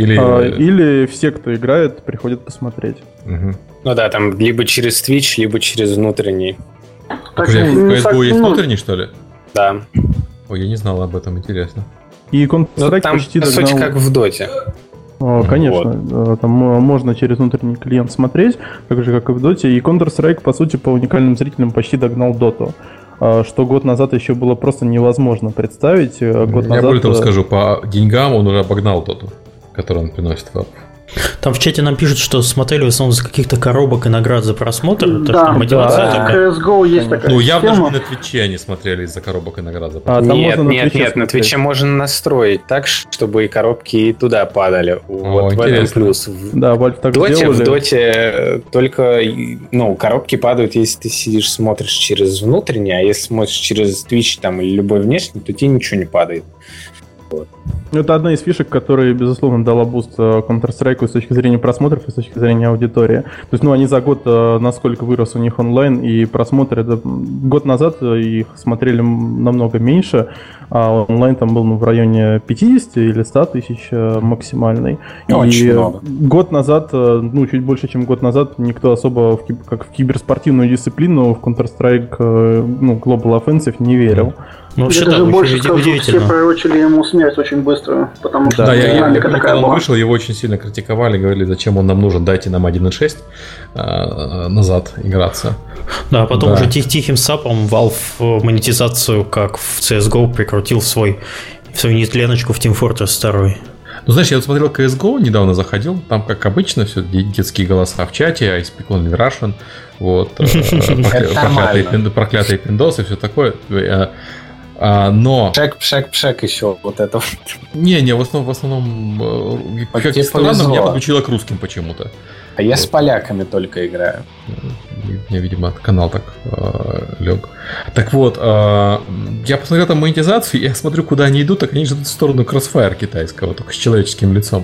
или все, кто играет, приходят посмотреть. Ну да, там либо через Twitch, либо через внутренний. Так, в CSGO есть внутренний, что ли? Да. Ой, я не знал об этом, интересно. И Counter-Strike там, почти по сути, как в Доте. Конечно, вот. Там можно через внутренний клиент смотреть, так же, как и в Доте. И Counter-Strike, по сути, по уникальным зрителям почти догнал Доту. Что год назад еще было просто невозможно представить. Я более того скажу, по деньгам он уже обогнал Доту, которую он приносит в. Там в чате нам пишут, что смотрели в основном из каких-то коробок и наград за просмотр. Да, CSGO есть такая Ну, явно же на Твиче они смотрели из-за коробок и наград за просмотр. Нет, на Твиче можно настроить так, чтобы и коробки и туда падали. Вот в этом плюс. Да, Valve так сделали. В Доте только коробки падают, если ты сидишь, смотришь через внутренний, а если смотришь через Twitch там, или любой внешний, то тебе ничего не падает. Вот. Это одна из фишек, которая, безусловно, дала буст Counter-Strike с точки зрения просмотров и с точки зрения аудитории. То есть, они за год насколько вырос у них онлайн и просмотры. Год назад их смотрели намного меньше, а онлайн там был в районе 50 или 100 тысяч максимальный. Очень много. Год назад, чуть больше, чем год назад, никто особо как в киберспортивную дисциплину в Counter-Strike Global Offensive не верил. Ну, вообще, даже больше скажу, все пророчили ему смерть очень быструю, потому что динамика такая была. Он вышел, его очень сильно критиковали, говорили, зачем он нам нужен, дайте нам 1.6 назад играться. Да, а потом уже тихим сапом Valve монетизацию, как в CSGO, прикрутил свою нетленочку в Team Fortress 2. Ну, знаешь, я вот смотрел CSGO, недавно заходил, там, как обычно, все детские голоса в чате, I speak only Russian, вот, проклятые пиндосы, все такое. Но... Пшек еще вот это. Не, в основном как ни странно, меня подключило к русским почему-то. А я с поляками только играю. Мне, видимо, канал так лег. Так вот, я посмотрел там монетизацию, я смотрю, куда они идут, так они же идут в сторону Crossfire китайского, только с человеческим лицом.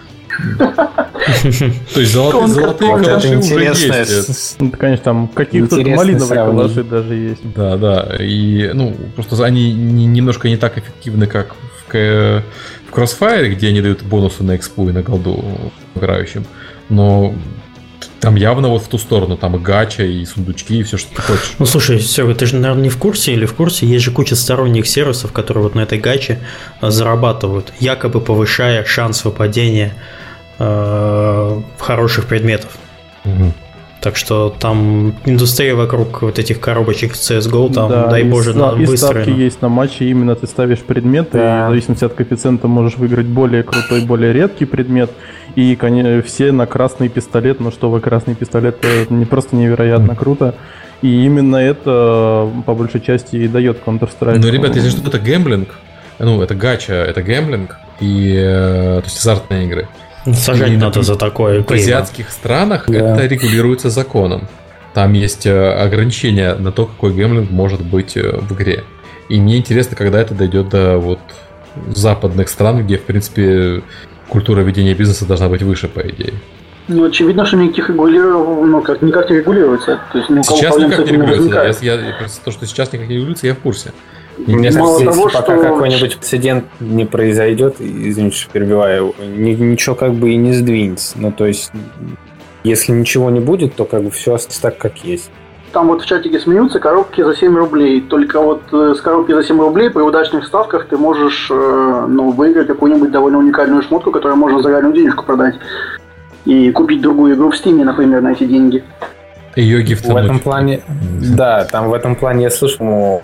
То есть золотые калаши уже есть. Конечно, там каких-то малиновые калаши даже есть. Да. И, просто они немножко не так эффективны, как в Crossfire, где они дают бонусы на экспу и на голду играющим. Но там явно вот в ту сторону, там и гача, и сундучки, и все, что ты хочешь. Ну, слушай, Серега, ты же, наверное, не в курсе или в курсе? Есть же куча сторонних сервисов, которые вот на этой гаче зарабатывают, якобы повышая шанс выпадения хороших предметов. Угу. Так что там индустрия вокруг вот этих коробочек CSGO, там, да, дай боже, выстроена. И ставки есть на матче, именно ты ставишь предметы, и в зависимости от коэффициента можешь выиграть более крутой, более редкий предмет. И, конечно, все на красный пистолет, красный пистолет, это просто невероятно круто. И именно это, по большей части, и дает Counter-Strike. Ну, ребят, если что, это гэмблинг, это гача, это гэмблинг, то есть азартные игры. Сажать надо за такое. В азиатских странах это регулируется законом. Там есть ограничения на то, какой гэмблинг может быть в игре. И мне интересно, когда это дойдет до западных стран, где, в принципе, культура ведения бизнеса должна быть выше, по идее. Ну, очевидно, что никаких регулировок, никак не регулируется. То есть, сейчас никак не регулируется. То, что сейчас никак не регулируется, я в курсе. Мне кажется, пока какой-нибудь прецедент не произойдет, извините, что перебиваю, ничего и не сдвинется. Ну, то есть, если ничего не будет, то все остается так, как есть. там вот в чатике смеются, коробки за 7 рублей. Только вот с коробки за 7 рублей при удачных ставках ты можешь выиграть какую-нибудь довольно уникальную шмотку, которую можно за реальную денежку продать. И купить другую игру в Steam, например, на эти деньги. Ее гифтануть. В этом плане, да, там в этом плане я слышал,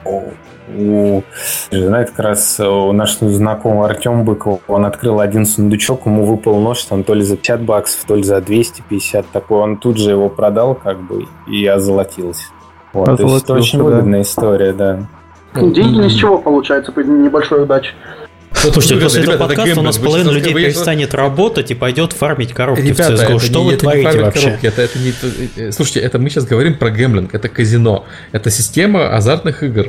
знаете, как раз у нашего знакомого Артем Быков, он открыл один сундучок, ему выпал нож, там то ли за 50 баксов, то ли за 250, такой, он тут же его продал, как бы, и озолотился. Вот, то есть это очень выгодная история, да. Деньги ни с чего получается при небольшой удаче. Слушайте, после этого подкаста у нас половина людей перестанет работать и пойдет фармить коробки ребята, в CSGO. Что вы творите вообще? Слушайте, это мы сейчас говорим про гэмблинг, это казино, это система азартных игр.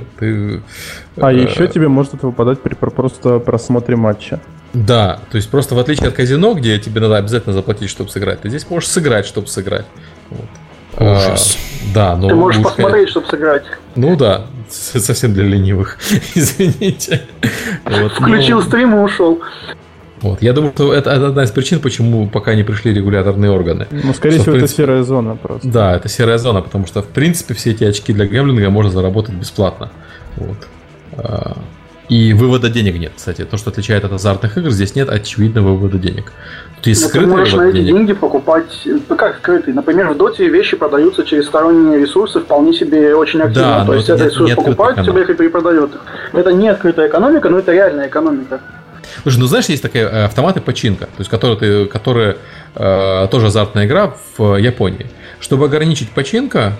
Еще тебе может это выпадать при просто просмотре матча. Да, то есть просто в отличие от казино, где тебе надо обязательно заплатить, чтобы сыграть, ты здесь можешь сыграть, чтобы сыграть. Вот. Ужас. Да, но ты можешь посмотреть, чтобы сыграть. Ну да, совсем для ленивых. Извините. Включил стрим и ушел. Вот. Я думаю, что это одна из причин, почему пока не пришли регуляторные органы. Ну, скорее всего, это серая зона просто. Да, это серая зона, потому что, в принципе, все эти очки для гэмблинга можно заработать бесплатно. Вот. И вывода денег нет, кстати. То, что отличает от азартных игр, здесь нет очевидного вывода денег. Тут есть скрытый ты можешь вывод на эти деньги покупать, как скрытый. Например, в Доте вещи продаются через сторонние ресурсы вполне себе очень активно. Да, то есть этот ресурс покупает тебе их и перепродает их. Это не открытая экономика, но это реальная экономика. Слушай, ну знаешь, есть такие автоматы починка, то есть которые тоже азартная игра в Японии. Чтобы ограничить починка,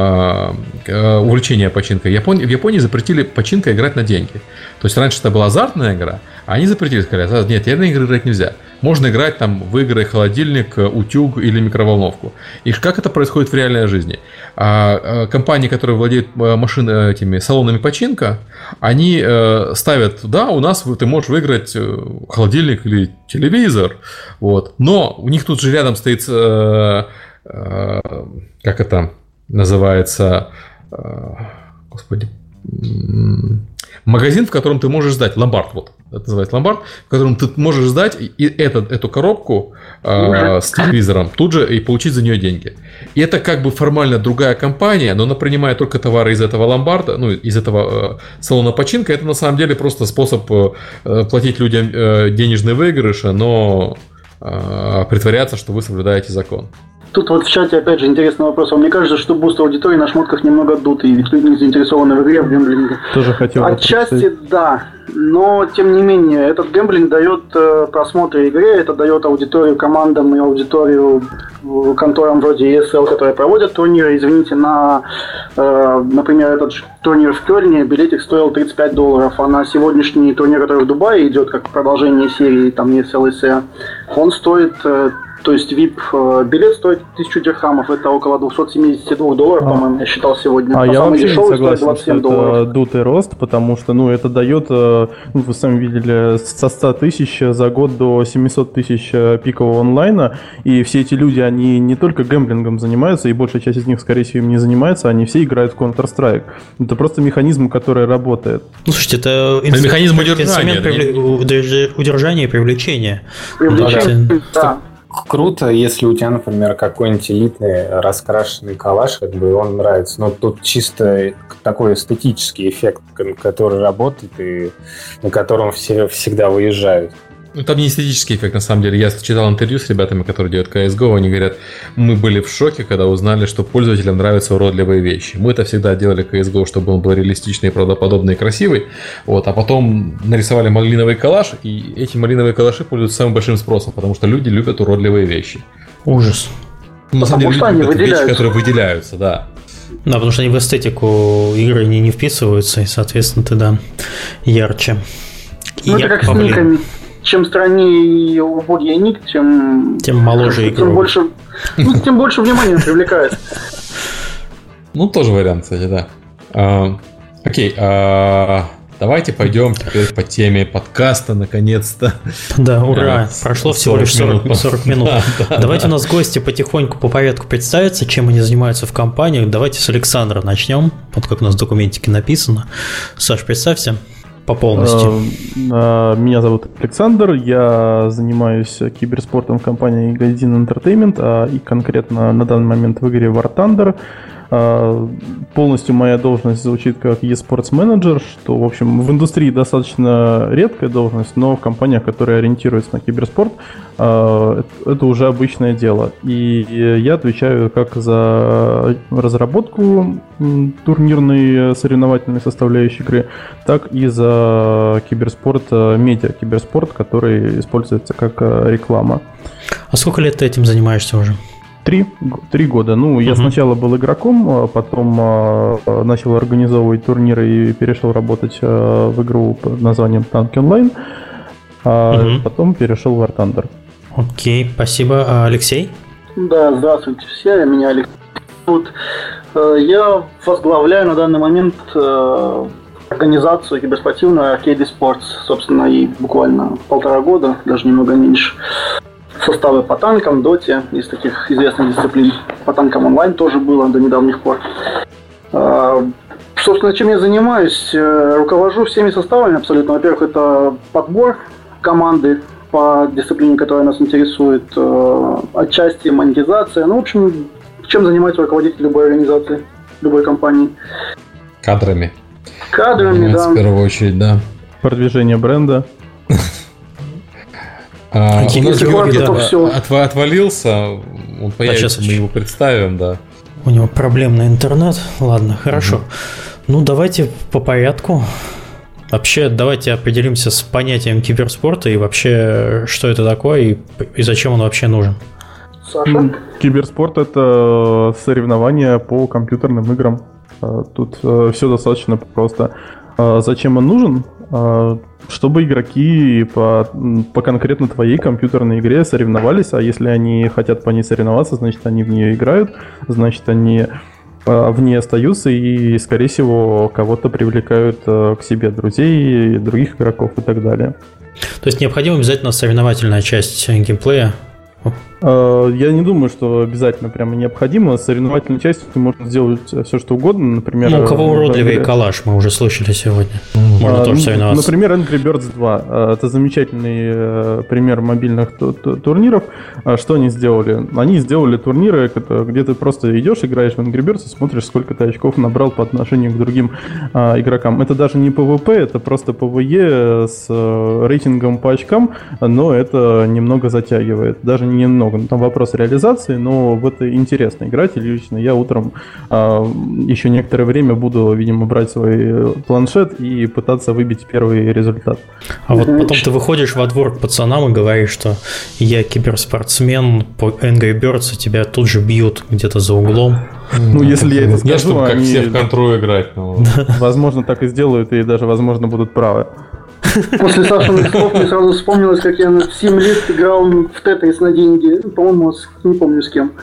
увлечение починкой, в Японии запретили починка играть на деньги. То есть раньше это была азартная игра, а они запретили, сказали, нет, на игры играть нельзя. Можно играть там в игры холодильник, утюг или микроволновку. И как это происходит в реальной жизни? Компании, которые владеют этими салонами починка, они ставят, да, у нас ты можешь выиграть холодильник или телевизор, вот. Но у них тут же рядом стоит, как это называется, господи, магазин, в котором ты можешь сдать, ломбард, вот, это называется ломбард, в котором ты можешь сдать и эту коробку с телевизором тут же и получить за нее деньги. И это как бы формально другая компания, но она принимает только товары из этого ломбарда, ну, из этого салона починка. Это на самом деле просто способ платить людям денежные выигрыши, но притворяться, что вы соблюдаете закон. Тут вот в чате опять же интересный вопрос. Мне кажется, что буст аудитории на шмотках немного дутый, ведь люди не заинтересованы в игре, в гэмблинге. Тоже хотел отчасти да, но тем не менее, этот гэмблинг дает просмотры игре, это дает аудиторию командам и аудиторию конторам вроде ESL, которые проводят турниры. Извините, например, этот турнир в Кёльне билетик стоил $35, а на сегодняшний турнир, который в Дубае идет, как продолжение серии, там ESL и SEA, он стоит... То есть VIP-билет стоит 1000 дирхамов, это около $272, по-моему, я считал сегодня. А я вообще не согласен, что это дутый рост, потому что, это дает, вы сами видели, со 100 тысяч за год до 700 тысяч пикового онлайна, и все эти люди, они не только гэмблингом занимаются, и большая часть из них, скорее всего, им не занимается, они все играют в Counter-Strike. Это просто механизм, который работает. Ну, слушайте, это механизм удержания и привлечения. Да. Круто, если у тебя, например, какой-нибудь элитный раскрашенный калаш, как бы он нравится, но тут чисто такой эстетический эффект, который работает и на котором все всегда выезжают. Ну, там не эстетический эффект, на самом деле. Я читал интервью с ребятами, которые делают CSGO, они говорят, мы были в шоке, когда узнали, что пользователям нравятся уродливые вещи. Мы это всегда делали CSGO, чтобы он был реалистичный, правдоподобный и красивый, вот, а потом нарисовали малиновый коллаж, и эти малиновые коллажи пользуются самым большим спросом, потому что люди любят уродливые вещи. Ужас. На самом деле, люди любят вещи, которые выделяются, да. Да, потому что они в эстетику игры не вписываются, и, соответственно, ты, да, ярче. Ну, это как с никами. Чем страннее и убогий ник, тем моложе игрок. Тем больше внимания привлекает. Ну, тоже вариант, кстати, да. Окей, давайте пойдем теперь по теме подкаста, наконец-то. Да, ура, прошло всего лишь 40 минут. Давайте у нас гости потихоньку по порядку представятся, чем они занимаются в компаниях. Давайте с Александра начнем, вот как у нас в документике написано. Саш, представься. По полностью. Меня зовут Александр, я занимаюсь киберспортом в компании Gaijin Entertainment, и конкретно на данный момент в игре War Thunder. Полностью моя должность звучит как eSports менеджер, что, в общем, в индустрии достаточно редкая должность, но в компаниях, которые ориентируются на киберспорт, это уже обычное дело. И я отвечаю как за разработку турнирной соревновательной составляющей игры, так и за киберспорт, медиа-киберспорт, который используется как реклама. А сколько лет ты этим занимаешься уже? 3 года. Ну, я сначала был игроком, потом начал организовывать турниры и перешел работать в игру под названием Tank Online, потом перешел в War Thunder. Окей, спасибо. Алексей? Да, здравствуйте все, меня Алексей зовут. Я возглавляю на данный момент организацию киберспортивную Arcade Sports, собственно, и буквально 1,5 года, даже немного меньше. Составы по танкам, доте, из таких известных дисциплин. По танкам онлайн тоже было до недавних пор. Собственно, чем я занимаюсь? Руковожу всеми составами абсолютно. Во-первых, это подбор команды по дисциплине, которая нас интересует, отчасти монетизация. Ну, в общем, чем занимается руководитель любой организации, любой компании? Кадрами. Кадрами, да. В первую очередь, да. Продвижение бренда. У нас Георгий отвалился, он появится, мы его представим, да. У него проблемный интернет, ладно, хорошо. Ну, давайте по порядку. Вообще, давайте определимся с понятием киберспорта и вообще, что это такое и зачем он вообще нужен. Саша? Киберспорт – это соревнования по компьютерным играм. Тут все достаточно просто. Зачем он нужен? Чтобы игроки по конкретно твоей компьютерной игре соревновались, а если они хотят по ней соревноваться, значит, они в нее играют, значит, они в ней остаются и, скорее всего, кого-то привлекают к себе, друзей, других игроков и так далее. То есть необходима обязательно соревновательная часть геймплея? Я не думаю, что обязательно прямо необходимо. С соревновательной частью можно сделать все, что угодно. Например, ну, у кого уродливый коллаж, мы уже слышали сегодня. Можно тоже соревноваться. Например, Angry Birds 2. Это замечательный пример мобильных турниров. Что они сделали? Они сделали турниры, где ты просто идешь, играешь в Angry Birds и смотришь, сколько ты очков набрал по отношению к другим игрокам. Это даже не PvP, это просто PvE с рейтингом по очкам, но это немного затягивает. Даже немного. Там вопрос реализации, но в это интересно играть. И лично я утром еще некоторое время буду, видимо, брать свой планшет и пытаться выбить первый результат. А вот потом ты выходишь во двор к пацанам и говоришь, что я киберспортсмен по Angry Birds, и тебя тут же бьют где-то за углом. Ну, если я это скажу, как все в контру играть. Возможно, так и сделают, и даже, возможно, будут правы. После Сашиных слов мне сразу вспомнилось, как я на 7 лет играл в Тетрис на деньги. По-моему, не помню с кем.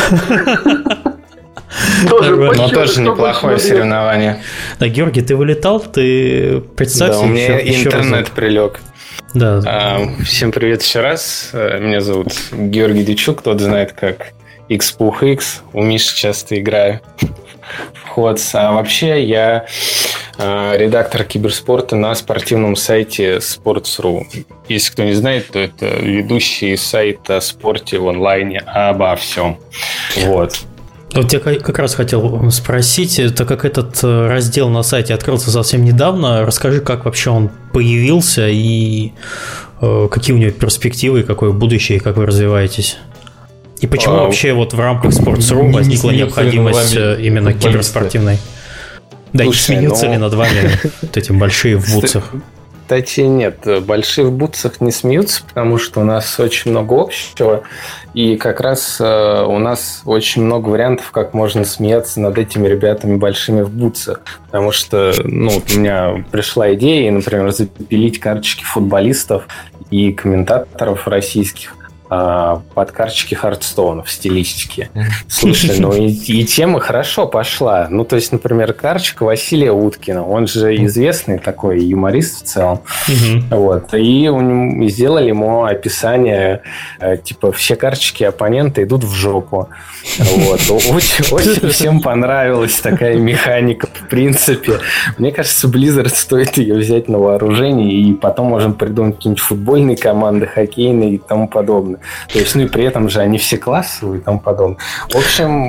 Но тоже неплохое соревнование. Да, Георгий, ты вылетал? Ты представься. Да, у меня интернет прилег. Да. Всем привет еще раз. Меня зовут Георгий Дичук. Кто-то знает как Xpuch. У Миши часто играю. А вообще я редактор киберспорта на спортивном сайте Sports.ru. Если кто не знает, то это ведущий сайт о спорте в онлайне, обо всем. Вот. Вот я как раз хотел спросить, так как этот раздел на сайте открылся совсем недавно, расскажи, как вообще он появился и какие у него перспективы, какое будущее, и как вы развиваетесь. И почему вообще вот в рамках Sports.ru возникла необходимость именно киберспортивной? Да, и смеются ли над вами вот эти большие в бутсах? Кстати, нет, большие в бутсах не смеются, потому что у нас очень много общего, и как раз у нас очень много вариантов, как можно смеяться над этими ребятами большими в бутсах. Потому что у меня пришла идея, например, запилить карточки футболистов и комментаторов российских под карточки Хардстоуна в стилистике. Слушай, и тема хорошо пошла. Ну, то есть, например, карточка Василия Уткина. Он же известный такой юморист в целом. Вот. И сделали ему описание, типа, все карточки оппонента идут в жопу. Вот. Очень всем понравилась такая механика, в принципе. Мне кажется, Blizzard стоит ее взять на вооружение, и потом можем придумать какие-нибудь футбольные команды, хоккейные и тому подобное. То есть, и при этом же они все классовые и тому подобное. В общем,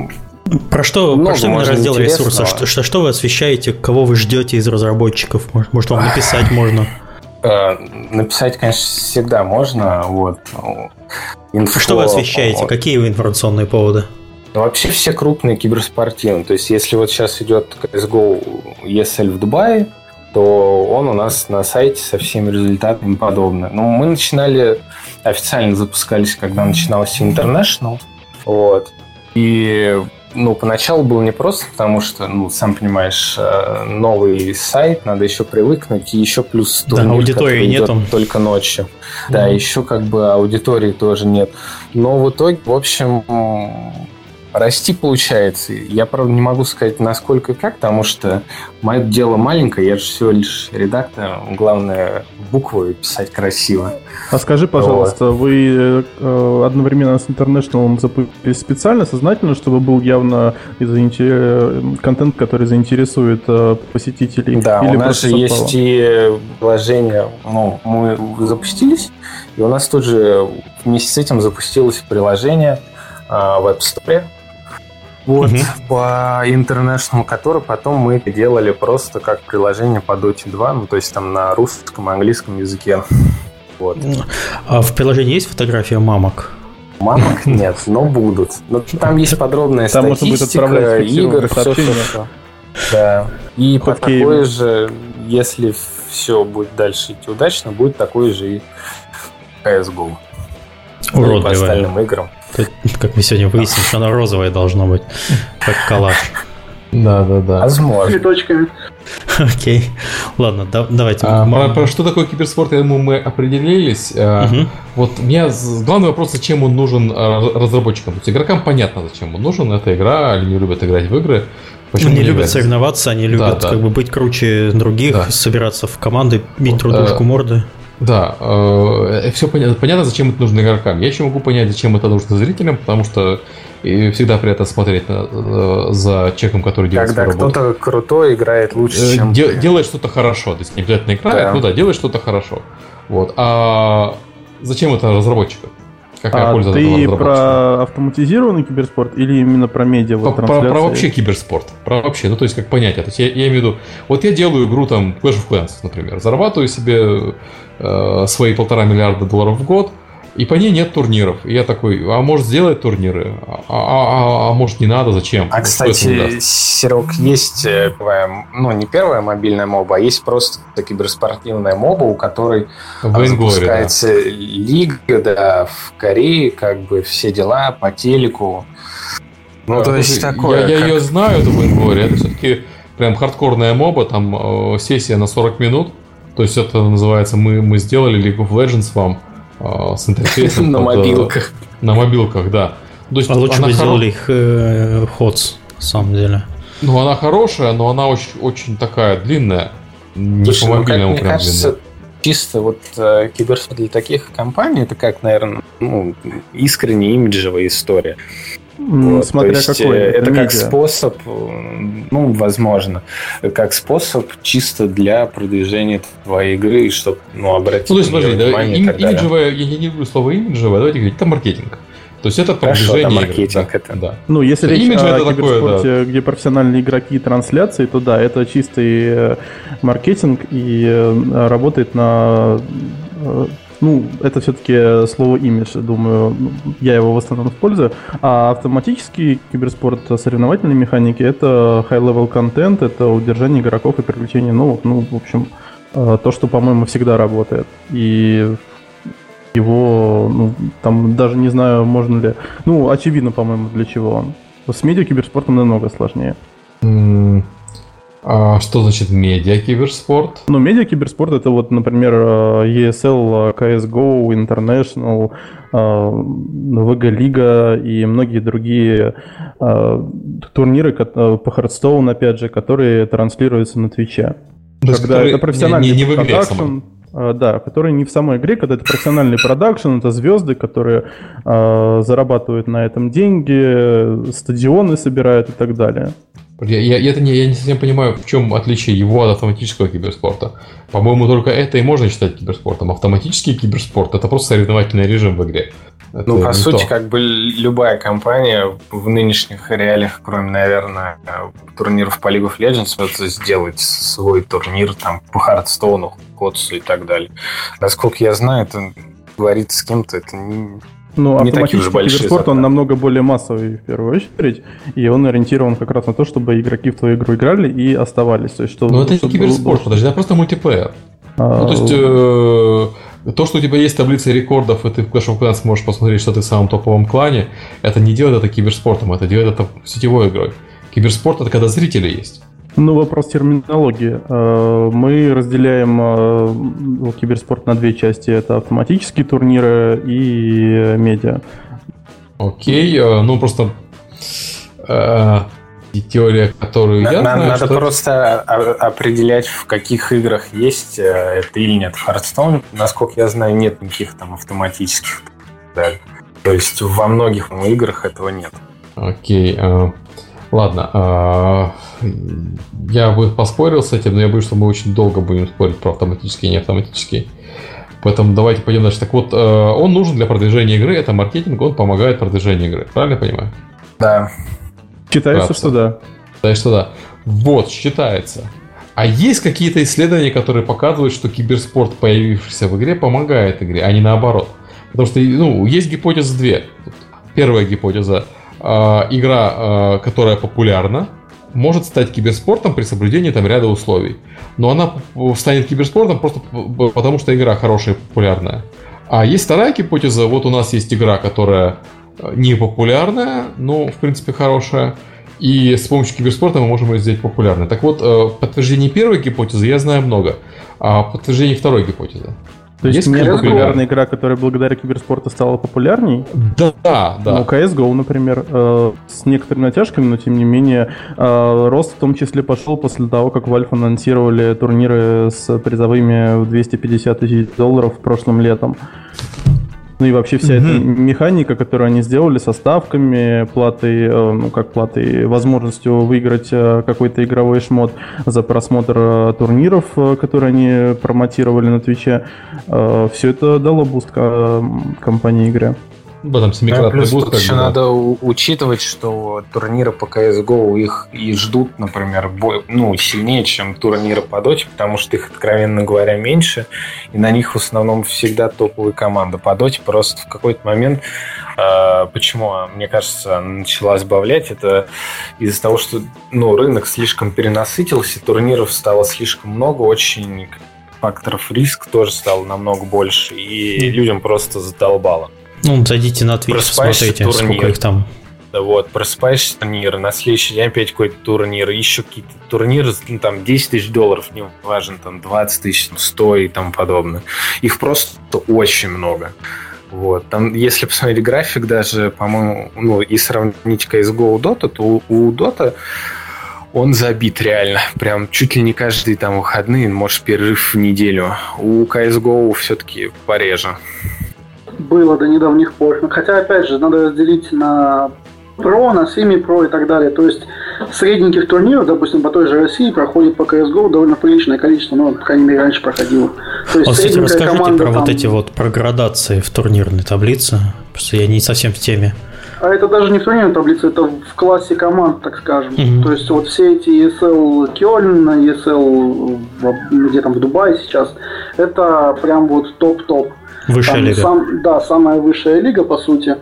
Про что именно раздел ресурсов? Что вы освещаете, кого вы ждете из разработчиков? Может, вам написать можно? Написать, конечно, всегда можно. Вот. Что вы освещаете? Какие вы информационные поводы? Вообще все крупные киберспортивные. То есть, если вот сейчас идет CSGO ESL в Дубае, то он у нас на сайте со всеми результатами и подобное. Ну, мы начинали, официально запускались, когда начинался International. Вот. И поначалу было непросто, потому что, сам понимаешь, новый сайт, надо еще привыкнуть, и еще плюс турнир, аудитории нету. Только ночью. Да, еще как бы аудитории тоже нет. Но в итоге, в общем, расти получается. Я, правда, не могу сказать, насколько и как, потому что мое дело маленькое, я же всего лишь редактор. Главное, буквы писать красиво. А скажи, пожалуйста, вы одновременно с International запустились специально, сознательно, чтобы был явно контент, который заинтересует посетителей? Да, у нас же есть и приложение, мы запустились, и у нас тут же вместе с этим запустилось приложение в App Store. Вот, по International, который потом мы делали просто как приложение по Dota 2, то есть там на русском и английском языке. Вот. А в приложении есть фотография мамок? Мамок нет, но будут. Но там есть подробная статистика, игр, все. Да. И по такой же, если все будет дальше идти удачно, будет такой же и CSGO. Уродливая. По остальным играм. Как мы сегодня выяснили, что она розовая должна быть, как коллаж. Да. Возможно. Цветочками. Окей. Ладно, давайте. Про что такое киберспорт, я думаю, мы определились. Вот у меня главный вопрос, зачем он нужен разработчикам. То есть игрокам понятно, зачем он нужен. Это игра, они не любят играть в игры. Почему они любят соревноваться, они любят быть круче других, собираться в команды, бить друг дружку морды. Да, все понятно, зачем это нужно игрокам. Я еще могу понять, зачем это нужно зрителям, потому что всегда приятно смотреть за человеком, который делает свою работу. Когда кто-то крутой играет лучше, чем... Делает что-то хорошо, то есть не обязательно играет, делает что-то хорошо. Вот. А зачем это разработчикам? Какая польза от этого разработчика? Ты про автоматизированный киберспорт или именно про медиа? Про вообще киберспорт. Про вообще, то есть как понятие. То есть я имею в виду, вот я делаю игру там Clash of Clans, например, зарабатываю себе свои $1,5 миллиарда в год, и по ней нет турниров. И я такой, а может сделать турниры? А может не надо, зачем? А, кстати, Серег, есть не первая мобильная моба, а есть просто киберспортивная моба, у которой запускается лига, в Корее, как бы все дела по телеку. То есть такое. Я ее знаю, эту Венгоре. Это все-таки прям хардкорная моба, там сессия на 40 минут. То есть это называется, мы сделали League of Legends вам с интерфейсом. На мобилках. На мобилках, да. То есть лучше бы сделали их HOTS, на самом деле. Она хорошая, но она очень такая длинная. Не по мобильному прям длинная. Чисто киберспорт для таких компаний, это как, наверное, искренне имиджевая история. Смотря какой. Это как способ, возможно, как способ чисто для продвижения твоей игры, чтобы обратить внимание. Имиджевая, я не люблю слово имиджевая, давайте говорить, это маркетинг. То есть это продвижение маркетинг. Да. Если речь о киберспорте, где профессиональные игроки и трансляции, то да, это чистый маркетинг и работает на... это все-таки слово имидж, думаю, я его в основном использую. А автоматический киберспорт соревновательной механики — это high-level контент, это удержание игроков и привлечение новых. В общем, то, что, по-моему, всегда работает. И его, там даже не знаю, можно ли... очевидно, по-моему, для чего. С медиа-киберспортом намного сложнее. А что значит медиа-киберспорт? Медиа-киберспорт — это например, ESL, CSGO, International, VG Лига и многие другие турниры по Hearthstone, опять же, которые транслируются на Твиче. Когда это профессиональный продакшн. Да, которые не в самой игре, когда это профессиональный продакшн, это звезды, которые зарабатывают на этом деньги, стадионы собирают и так далее. Я не совсем понимаю, в чем отличие его от автоматического киберспорта. По-моему, только это и можно считать киберспортом. Автоматический киберспорт – это просто соревновательный режим в игре. Это по сути, как бы любая компания в нынешних реалиях, кроме, наверное, турниров по League of Legends, это сделать свой турнир там, по Хардстоуну, Котсу и так далее. Насколько я знаю, это говорить с кем-то, это не такие уж большие киберспорт, он намного более массовый в первую очередь, и он ориентирован как раз на то, чтобы игроки в твою игру играли и оставались. То есть, но это не киберспорт, подожди, это просто мультиплеер. То есть, то, что у тебя есть таблица рекордов, и ты в Clash of Clans можешь посмотреть, что ты в самом топовом клане, это не делает это киберспортом, это делает это сетевой игрой. Киберспорт – это когда зрители есть. Вопрос терминологии. Мы разделяем киберспорт на две части. Это автоматические турниры и медиа. Окей, просто теория, которую я знаю, надо просто определять, в каких играх есть это или нет. В Hearthstone, насколько я знаю, нет никаких там автоматических. Да. То есть во многих играх этого нет. Окей, ладно. Я бы поспорил с этим, но я боюсь, что мы очень долго будем спорить про автоматические и неавтоматические. Поэтому давайте пойдем дальше. Так вот, он нужен для продвижения игры, это маркетинг, он помогает продвижению игры. Правильно я понимаю? Да. Считается, что да. Считается, что да. Вот, считается. А есть какие-то исследования, которые показывают, что киберспорт, появившийся в игре, помогает игре, а не наоборот? Потому что, есть гипотезы две. Первая гипотеза. Игра, которая популярна, может стать киберспортом при соблюдении ряда условий. Но она станет киберспортом просто потому, что игра хорошая и популярная. А есть вторая гипотеза. Вот у нас есть игра, которая не популярная, но, в принципе, хорошая. И с помощью киберспорта мы можем ее сделать популярной. Так вот, подтверждение первой гипотезы я знаю много, а подтверждение второй гипотезы. То есть нет популярная игра, которая благодаря киберспорту стала популярней? Да. CSGO, например, с некоторыми натяжками, но тем не менее, рост в том числе пошел после того, как Valve анонсировали турниры с призовыми в $250 тысяч прошлым летом. И вообще вся эта механика, которую они сделали со ставками, платой, возможностью выиграть какой-то игровой шмот за просмотр турниров, которые они промотировали на Твиче, все это дало буст компании игре. Там семикратный буст. Еще надо учитывать, что турниры по CSGO их и ждут, например, сильнее, чем турниры по Dota, потому что их, откровенно говоря, меньше, и на них в основном всегда топовые команды. По Dota просто в какой-то момент, почему, мне кажется, начала сбавлять, это из-за того, что рынок слишком перенасытился, турниров стало слишком много, очень факторов риска тоже стало намного больше, и людям просто задолбало. Зайдите на Twitch, посмотрите, сколько их там. Вот, просыпаешься турнир, на следующий день опять какой-то турнир, еще какие-то турниры, там $10 тысяч, не важно, там 20 тысяч, 100 и тому подобное. Их просто очень много. Вот, там, если посмотреть график даже, по-моему, и сравнить CSGO и Dota, то у Dota он забит реально. Прям чуть ли не каждые там выходные, может, перерыв в неделю. У CSGO все-таки пореже. Было до недавних пор. Хотя, опять же, надо разделить на про, на семи-про и так далее. То есть средненьких турниров, допустим, по той же России проходит по CSGO довольно приличное количество, по крайней мере, раньше проходило. То есть кстати, расскажите про про градации в турнирной таблице, потому что я не совсем в теме. А это даже не в турнирной таблице, это в классе команд, так скажем. То есть вот все эти ESL Кёльн, ESL где там в Дубае сейчас, это прям вот топ-топ. Высшая лига. Самая высшая лига, по сути,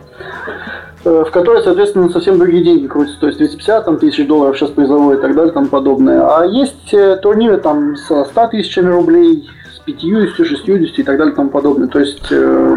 в которой, соответственно, совсем другие деньги крутятся. То есть 250 тысяч $, сейчас призовой и так далее, тому подобное. А есть турниры там со 100 тысячами рублей, с 50, 60 и так далее, тому подобное. То есть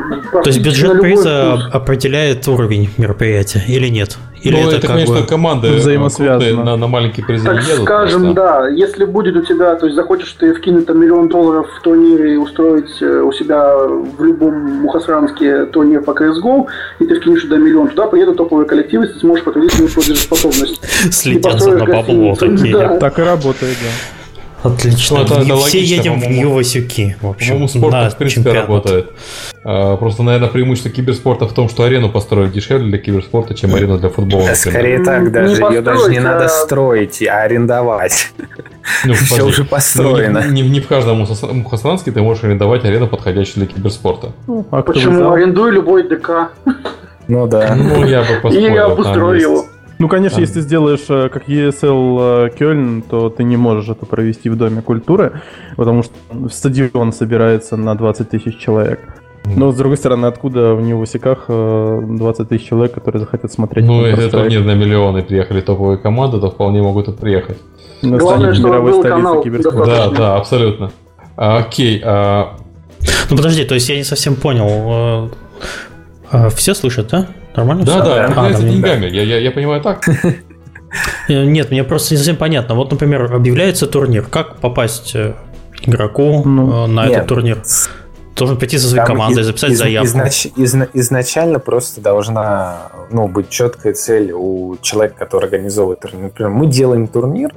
бюджет приза определяет уровень мероприятия или нет? Или это конечно, команды взаимосвязаны. На маленькие призы так едут. Скажем, да. Если будет у тебя, то есть захочешь ты вкинуть там $1 миллион в турнире и устроить у себя в любом мухосранске турнир по CSGO, и ты вкинешь туда $1 миллион, туда приедут топовые коллективы, ты сможешь подтвердить свою платежеспособность. Слетятся на бабло такие. Да. Так и работает, да. Отлично. Мы все едем в Нью-Васюки. По-моему, спорт, в принципе, работает. Просто, наверное, преимущество киберспорта в том, что арену построить дешевле для киберспорта, чем арену для футбола. Скорее так даже. Ее даже не надо строить, а арендовать. Все уже построено. Не в каждом Мухасранске ты можешь арендовать арену, подходящую для киберспорта. Почему? Арендуй любой ДК. Ну да. Ну, я бы поспорил. И я обустрою его. Ну, конечно, если сделаешь как ESL Кёльн, то ты не можешь это провести в Доме культуры, потому что стадион собирается на 20 тысяч человек. Но, с другой стороны, откуда в Нью-Васиках 20 тысяч человек, которые захотят смотреть? Ну, если турнир на миллионы приехали топовые команды, то вполне могут тут приехать. Главное, чтобы был канал. Да, абсолютно. Окей. Ну, подожди, то есть я не совсем понял. Все слышат, да? Нормально? Да, объявляется деньгами. Я понимаю так. Нет, мне просто не совсем понятно. Вот, например, объявляется турнир. Как попасть игроку на этот турнир? Должен прийти со своей командой, записать заявку. Изначально просто должна быть четкая цель у человека, который организовывает турнир. Например, мы делаем турнир,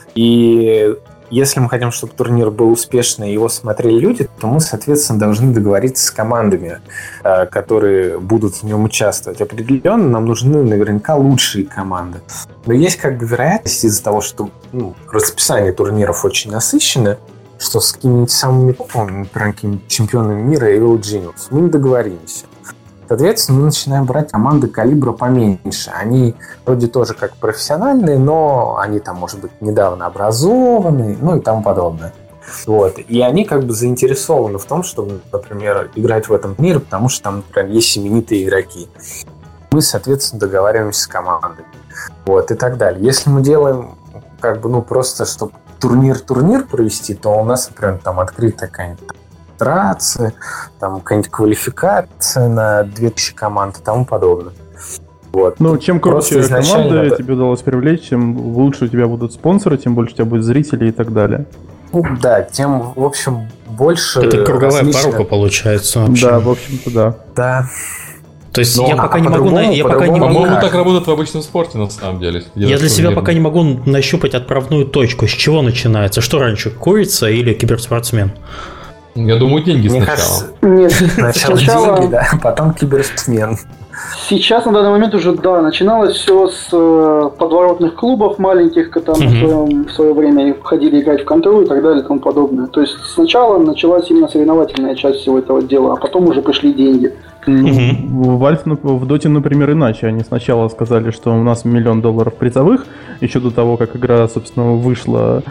и если мы хотим, чтобы турнир был успешный и его смотрели люди, то мы, соответственно, должны договориться с командами, которые будут в нем участвовать. Определенно нам нужны наверняка лучшие команды. Но есть вероятность из-за того, что расписание турниров очень насыщено, что с какими-нибудь самыми топовыми, например, какими-нибудь чемпионами мира Evil Genius мы не договоримся. Соответственно, мы начинаем брать команды калибра поменьше. Они вроде тоже как профессиональные, но они там, может быть, недавно образованные, и тому подобное. Вот. И они заинтересованы в том, чтобы, например, играть в этом турнире, потому что там, например, есть именитые игроки. Мы, соответственно, договариваемся с командой. Вот, и так далее. Если мы делаем просто, чтобы турнир провести, то у нас, например, там открытая какая-нибудь регистрация, там какая-нибудь квалификация на 2000 команд и тому подобное. Вот. Чем круче команды тебе удалось привлечь, тем лучше у тебя будут спонсоры, тем больше у тебя будет зрителей и так далее. Да, тем, в общем, больше... Это круговая порука получается вообще. Да, в общем-то, да. Да. То есть я пока не могу... По-моему, так работает в обычном спорте, на самом деле. Я для себя пока не могу нащупать отправную точку. С чего начинается? Что раньше, курица или киберспортсмен? Я думаю, деньги сначала. Нет, сначала деньги, да, потом киберспортсмен. Сейчас, на данный момент уже, начиналось все с подворотных клубов маленьких, которые в свое время ходили играть в контру и так далее и тому подобное. То есть сначала началась именно соревновательная часть всего этого дела, а потом уже пришли деньги. Valve в Доте, например, иначе. Они сначала сказали, что у нас $1 миллион призовых, еще до того, как игра, собственно, вышла,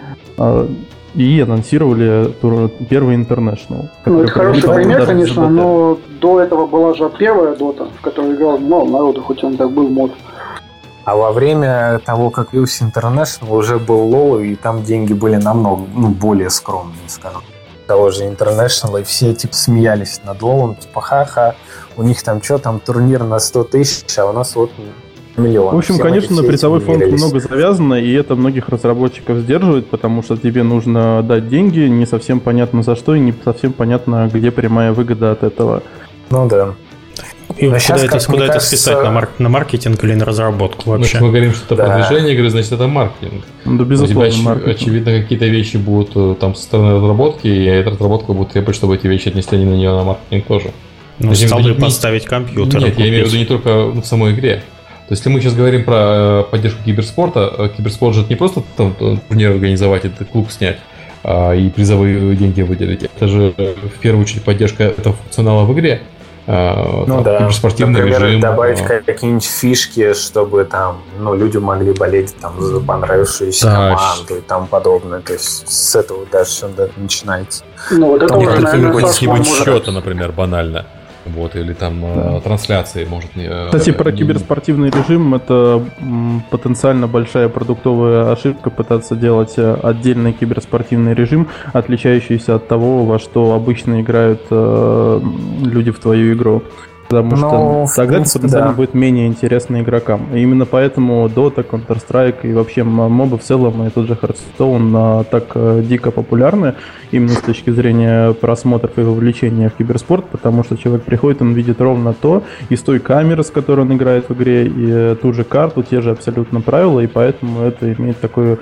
и анонсировали первый International. Это хороший пример, конечно, но до этого была же первая Дота, в которой играл мало народу, хоть он так был мод. А во время того, как появился International, уже был LoL, и там деньги были намного более скромные, скажем. Того же International, и все смеялись над LoL, ха-ха, у них там турнир на 100 тысяч, а у нас миллион. В общем, все конечно, на призовой фонд много завязано, и это многих разработчиков сдерживает, потому что тебе нужно дать деньги, не совсем понятно за что, и не совсем понятно, где прямая выгода от этого. Ну да. И куда это списать? На маркетинг или на разработку вообще? Если мы говорим, что это продвижение игры, значит это маркетинг. Да, безусловно, маркетинг. Очевидно, какие-то вещи будут там со стороны разработки, и эта разработка будет требовать, чтобы эти вещи отнесли на нее на маркетинг тоже. Стал бы поставить компьютер. Нет, я имею в виду не только в самой игре. То есть, если мы сейчас говорим про поддержку киберспорта, киберспорт же это не просто турнир организовать, это клуб снять и призовые деньги выделить. Это же в первую очередь поддержка этого функционала в игре. Киберспортивный режим. Добавить какие-нибудь фишки, чтобы люди могли болеть за понравившуюся команду и тому подобное. То есть с этого даже все начинается. Какие-нибудь счета, например, банально. Или трансляции, может. Кстати, про киберспортивный режим — это потенциально большая продуктовая ошибка пытаться делать отдельный киберспортивный режим, отличающийся от того, во что обычно играют люди в твою игру. Потому что тогда это потенциально будет менее интересно игрокам. И именно поэтому Dota, Counter-Strike и вообще мобы в целом, и тот же Hearthstone так дико популярны именно с точки зрения просмотров и вовлечения в киберспорт, потому что человек приходит, он видит ровно то, из той камеры, с которой он играет в игре, и ту же карту, те же абсолютно правила, и поэтому это имеет такую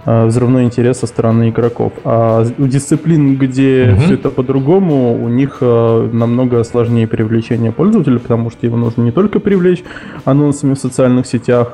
взрывной интерес со стороны игроков. А у дисциплин, где все это по-другому, у них намного сложнее привлечение пользователя, потому что его нужно не только привлечь анонсами в социальных сетях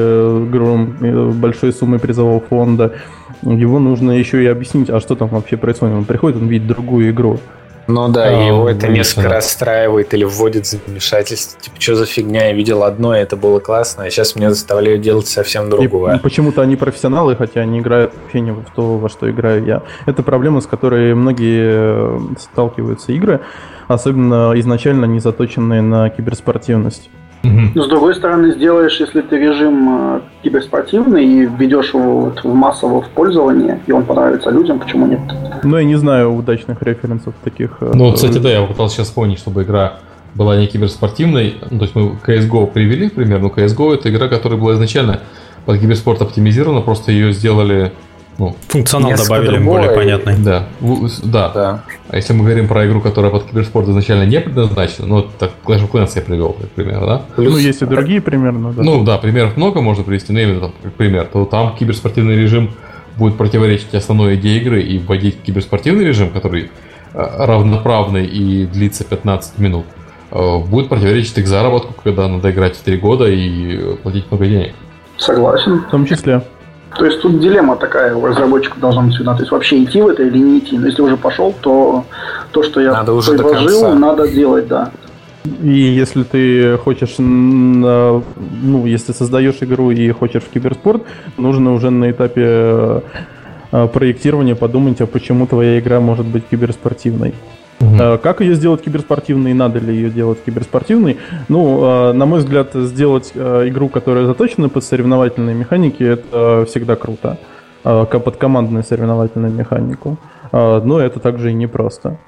или большой суммой призового фонда, его нужно еще и объяснить, а что там вообще происходит. Он приходит, он видит другую игру. Ну да, и его это несколько расстраивает или вводит в замешательство. Типа, что за фигня, я видел одно, и это было классно, а сейчас меня заставляют делать совсем другое. И почему-то они профессионалы, хотя они играют вообще не в то, во что играю я. Это проблема, с которой многие сталкиваются игры, особенно изначально не заточенные на киберспортивность. Но с другой стороны, сделаешь, если ты режим киберспортивный и введешь его в массово в пользование, и он понравится людям, почему нет? Ну, я не знаю удачных референсов таких. Ну, кстати, да, я пытался сейчас вспомнить, чтобы игра была не киберспортивной. Ну, то есть мы CSGO привели, пример, но CSGO — это игра, которая была изначально под киберспорт оптимизирована, просто ее сделали... Ну, функционал добавили более понятный. Да. А если мы говорим про игру, которая под киберспорт изначально не предназначена, ну, так Clash of Clans я привел, как пример, да? Ну, есть и другие примерно, да. Ну, да, примеров много можно привести, но именно там, как пример, то там киберспортивный режим будет противоречить основной идее игры, и вводить киберспортивный режим, который равноправный и длится 15 минут, будет противоречить их заработку, когда надо играть в 3 года и платить много денег. Согласен. В том числе. То есть тут дилемма такая у разработчиков должна быть всегда. То есть вообще идти в это или не идти. Но если уже пошел, то то, что я предложил, надо делать, да. И если ты хочешь, ну, если создаешь игру и хочешь в киберспорт, нужно уже на этапе проектирования подумать, а почему твоя игра может быть киберспортивной. Как ее сделать киберспортивной, надо ли ее делать киберспортивной? Ну, на мой взгляд, сделать игру, которая заточена под соревновательные механики, это всегда круто. Под командную соревновательную механику. Но это также и непросто.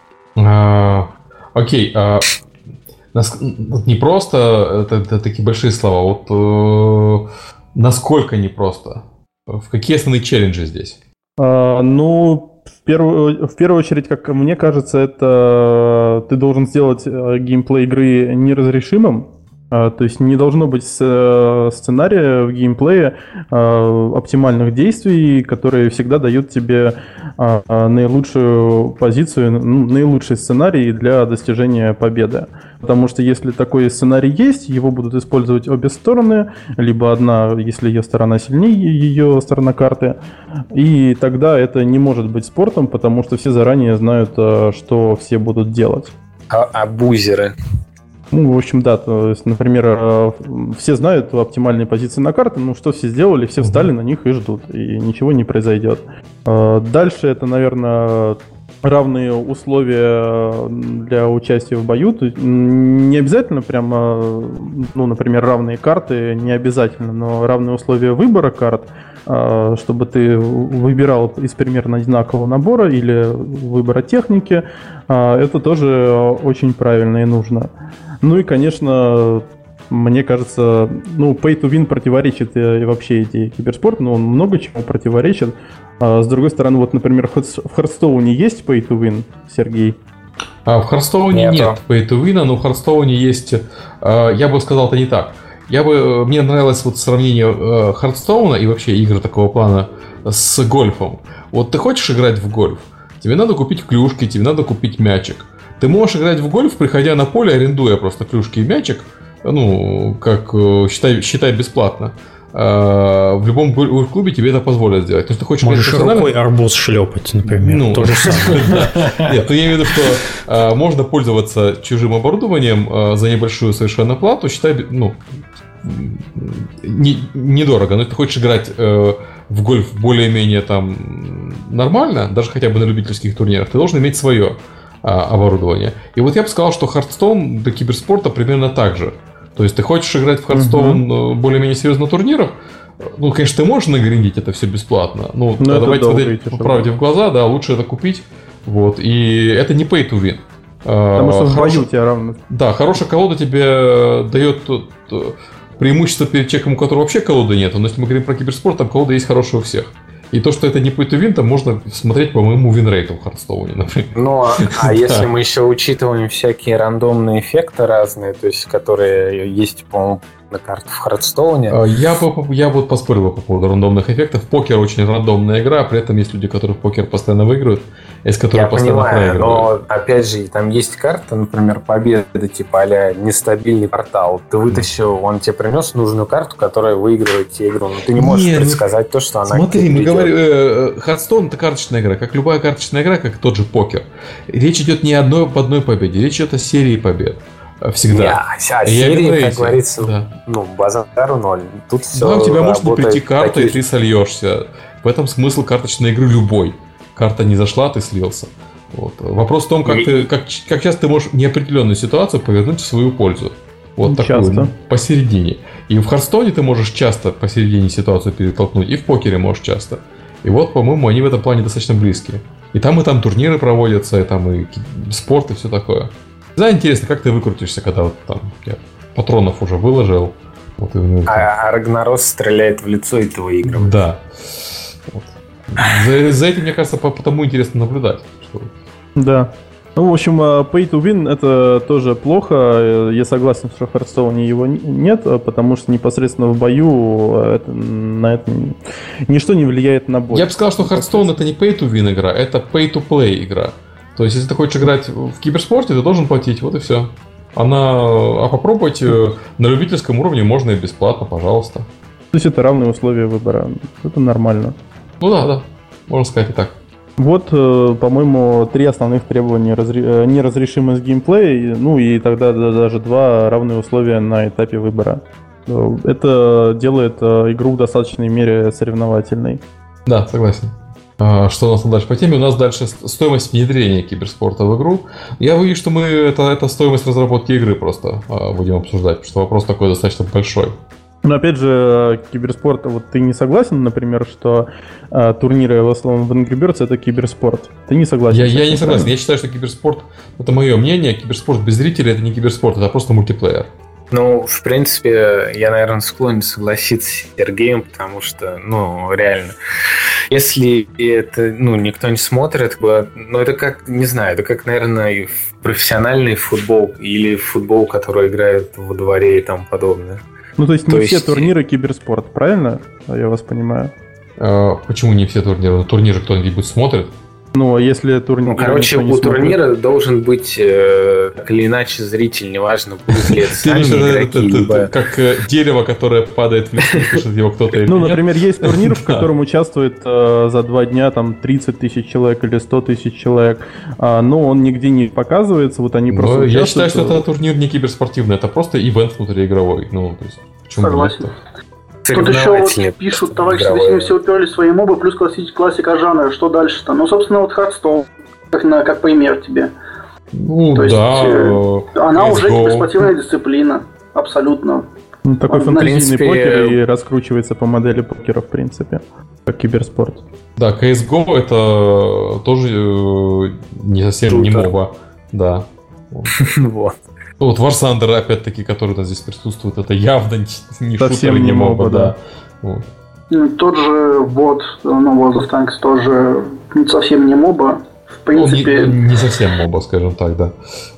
Окей. Непросто, это такие большие слова. Вот насколько непросто? В какие основные челленджи здесь? Ну, в первую очередь, как мне кажется, это ты должен сделать геймплей игры неразрешимым. То есть не должно быть сценария в геймплее оптимальных действий, которые всегда дают тебе наилучшую позицию, наилучший сценарий для достижения победы. Потому что если такой сценарий есть, его будут использовать обе стороны, либо одна, если ее сторона сильнее, ее сторона карты. И тогда это не может быть спортом, потому что все заранее знают, что все будут делать. Абузеры. Ну, в общем, да, то есть, например, все знают оптимальные позиции на карте, ну, что все сделали, все встали на них и ждут, и ничего не произойдет. Дальше это, наверное, равные условия для участия в бою. Не обязательно прямо, ну, например, равные карты, не обязательно, но равные условия выбора карт, чтобы ты выбирал из примерно одинакового набора или выбора техники, это тоже очень правильно и нужно. Ну и, конечно, мне кажется, ну, pay to win противоречит и вообще идее киберспорта, но он много чему противоречит. С другой стороны, вот, например, в Хардстоуне есть pay to win, Сергей? В Хардстоуне нет pay to win, но в Хардстоуне есть, я бы сказал, это не так. Мне нравилось вот сравнение Хардстоуна и вообще игр такого плана с гольфом. Вот ты хочешь играть в гольф, тебе надо купить клюшки, тебе надо купить мячик. Ты можешь играть в гольф, приходя на поле, арендуя просто клюшки и мячик, ну, как считай бесплатно. В любом клубе тебе это позволят сделать. То есть ты хочешь можешь рукой арбуз шлепать, например. Ну, то же самое. Нет, я имею в виду, что можно пользоваться чужим оборудованием за небольшую совершенно плату, считай, ну, недорого. Но если ты хочешь играть в гольф более-менее там нормально, даже хотя бы на любительских турнирах, ты должен иметь свое оборудование. И вот я бы сказал, что Hearthstone для киберспорта примерно так же. То есть ты хочешь играть в Hearthstone более-менее серьезно на турнирах, ну, конечно, ты можешь нагриндить это все бесплатно. Ну, давайте смотреть правде в глаза, да, лучше это купить. Вот. И это не pay to win. Потому что в бою тебе равно. Да, хорошая колода тебе дает преимущество перед человеком, у которого вообще колоды нет. Но если мы говорим про киберспорт, там колода есть хорошая у всех. И то, что это не pay to win, там можно смотреть по моему винрейту в Хардстоуне, например. Ну, а если мы еще учитываем всякие рандомные эффекты разные, то есть которые есть, по-моему, карт в Хардстоуне. Я вот поспорил по поводу рандомных эффектов. Покер очень рандомная игра, при этом есть люди, которые в покер постоянно выигрывают, из которых постоянно проигрывают. Но опять же, там есть карта, например, победы, типа а-ля нестабильный портал. Ты вытащил, он тебе принес нужную карту, которая выигрывает тебе игру. Но ты не можешь предсказать то, что она... Смотри, мы говорим, Хардстоун — это карточная игра, как любая карточная игра, как тот же покер. Речь идет не об одной победе, речь идет о серии побед. Всегда. Серии, как говорится, базару ноль. Тут все. Да, у тебя может прийти карта, и ты сольешься. В этом смысл карточной игры любой. Карта не зашла, ты слился. Вот. Вопрос в том, как часто ты можешь неопределенную ситуацию повернуть в свою пользу. Вот такую, посередине. И в Хардстоуне ты можешь часто посередине ситуацию перетолкнуть, и в покере можешь часто. И вот, по-моему, они в этом плане достаточно близкие. И там турниры проводятся, и там и спорт, и все такое. Да, интересно, как ты выкрутишься, когда вот там я патронов уже выложил. Вот, а Рагнарос стреляет в лицо, и ты выигрываешь. Да. Вот. За этим, мне кажется, потому интересно наблюдать. Что... Да. Ну, в общем, pay to win — это тоже плохо. Я согласен, что в Хардстоуне его нет, потому что непосредственно в бою на это ничто не влияет на бой. Я бы сказал, что Хардстоун — это не pay to win игра, это pay to play игра. То есть, если ты хочешь играть в киберспорте, ты должен платить, вот и все. А попробовать на любительском уровне можно и бесплатно, пожалуйста. То есть, это равные условия выбора. Это нормально. Ну да, можно сказать и так. Вот, по-моему, 3 основных требования: неразрешимость геймплея, и тогда даже 2 равные условия на этапе выбора. Это делает игру в достаточной мере соревновательной. Да, согласен. Что у нас дальше по теме? У нас дальше стоимость внедрения киберспорта в игру. Я боюсь, что мы это стоимость разработки игры просто будем обсуждать, потому что вопрос такой достаточно большой. Но опять же, киберспорт, вот ты не согласен, например, что турниры в основном в Angry Birds — это киберспорт? Ты не согласен? Я не согласен. Я считаю, что киберспорт, это мое мнение, киберспорт без зрителей — это не киберспорт, это просто мультиплеер. Ну, в принципе, я, наверное, склонен согласиться с Сергеем, потому что, реально, если это, никто не смотрит, это как, не знаю, это как, наверное, профессиональный футбол или футбол, который играет во дворе и тому подобное. То есть не все турниры киберспорт, правильно? Я вас понимаю. Почему не все турниры? Турниры кто-нибудь смотрит? Если турнир... у турнира должен быть так или иначе зритель, неважно, будет ли это сами игроки. Как дерево, которое падает в лесу, слышит его кто-то или нет. Например, есть турнир, в котором участвует за 2 дня 30 тысяч человек или 100 тысяч человек, но он нигде не показывается, вот они просто участвуют. Я считаю, что это турнир не киберспортивный, это просто ивент внутриигровой. Согласен. Тут еще пишут, товарищи, если все уперли свои мобы, плюс классика жанра, что дальше-то? Собственно, Хардстоун, как пример тебе. То есть, она уже киберспортивная дисциплина, абсолютно. Такой фэнтезийный покер и раскручивается по модели покера, в принципе, как киберспорт. Да, CSGO это тоже не совсем не моба. Да. Вот. Вот War Thunder, опять-таки, который у нас здесь присутствует, это явно не совсем шутер, не моба, да. Вот. Тот же World of Tanks тоже совсем не моба. В принципе... не совсем моба, скажем так, да.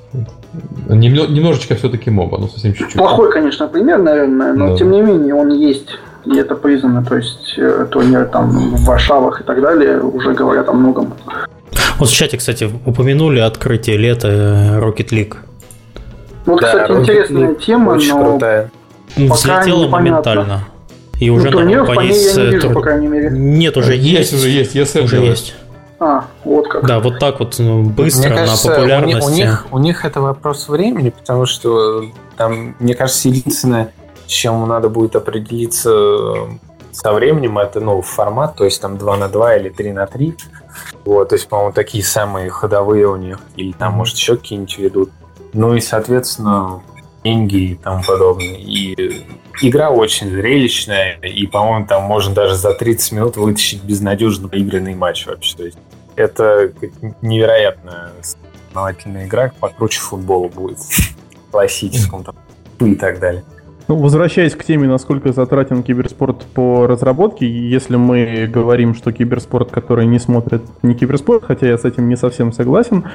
Немножечко все-таки моба, но совсем чуть-чуть. Плохой, конечно, пример, наверное, но тем не менее он есть. И это признано, то есть турниры там в Варшавах и так далее уже говорят о многом. Вот в чате, кстати, упомянули открытие лета Rocket League. Вот, кстати, интересная тема, очень но крутая. Взлетела моментально. И уже турниров по ней я не вижу, по крайней мере. Нет, уже есть. Уже есть. Вот как. Да, вот так вот быстро, мне кажется, на популярности. У них это вопрос времени, потому что там, мне кажется, единственное, с чем надо будет определиться со временем, это формат, то есть там 2x2 или 3x3. Вот, то есть, по-моему, такие самые ходовые у них. Или там, может, еще какие-нибудь ведут. И, соответственно, деньги и тому подобное. И игра очень зрелищная, и, по-моему, там можно даже за 30 минут вытащить безнадежно проигранный матч вообще. То есть это невероятно соревновательная игра, покруче футбола будет, классическом там, и так далее. Возвращаясь к теме, насколько затратен киберспорт по разработке, если мы говорим, что киберспорт, который не смотрит, не киберспорт, хотя я с этим не совсем согласен,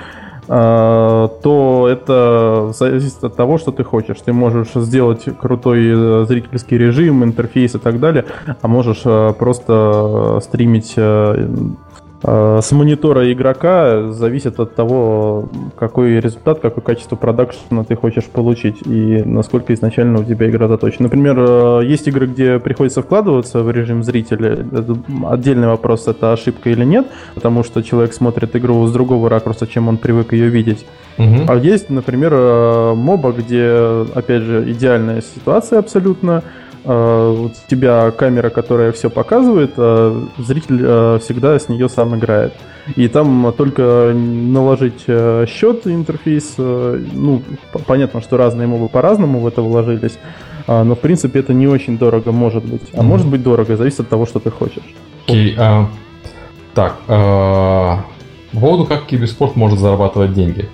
то это зависит от того, что ты хочешь. Ты можешь сделать крутой зрительский режим, интерфейс и так далее, а можешь просто стримить с монитора игрока. Зависит от того, какой результат, какое качество продакшена ты хочешь получить и насколько изначально у тебя игра заточена. Например, есть игры, где приходится вкладываться в режим зрителя. Это отдельный вопрос, это ошибка или нет, потому что человек смотрит игру с другого ракурса, чем он привык ее видеть. А есть, например, моба, где, опять же, идеальная ситуация абсолютно. У тебя камера, которая все показывает, зритель всегда с нее сам играет. И там только наложить счет, интерфейс. Ну, понятно, что разные мобы по-разному в это вложились, но в принципе это не очень дорого может быть. А может быть дорого, зависит от того, что ты хочешь. Окей, так, по поводу, как киберспорт может зарабатывать деньги.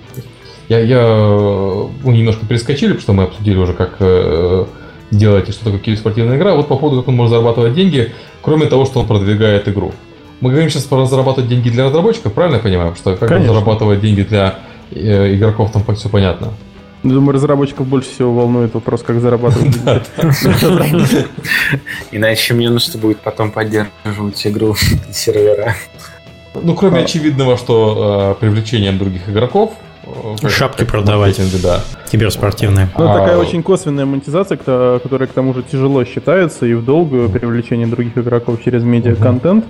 Мы немножко перескочили, потому что мы обсудили уже, как делаете, что такое киберспортивная игра. Вот по поводу, как он может зарабатывать деньги, кроме того, что он продвигает игру. Мы говорим сейчас про зарабатывать деньги для разработчиков, правильно я понимаю? Что как он зарабатывает деньги для игроков, там все понятно. Думаю, разработчиков больше всего волнует вопрос, как зарабатывать деньги. Иначе мне нужно будет потом поддерживать игру сервера. Ну, кроме очевидного, что привлечением других игроков. Шапки продавать, да. Киберспортивные. Ну, такая очень косвенная монетизация, которая к тому же тяжело считается, и в долгую привлечение других игроков через медиа-контент.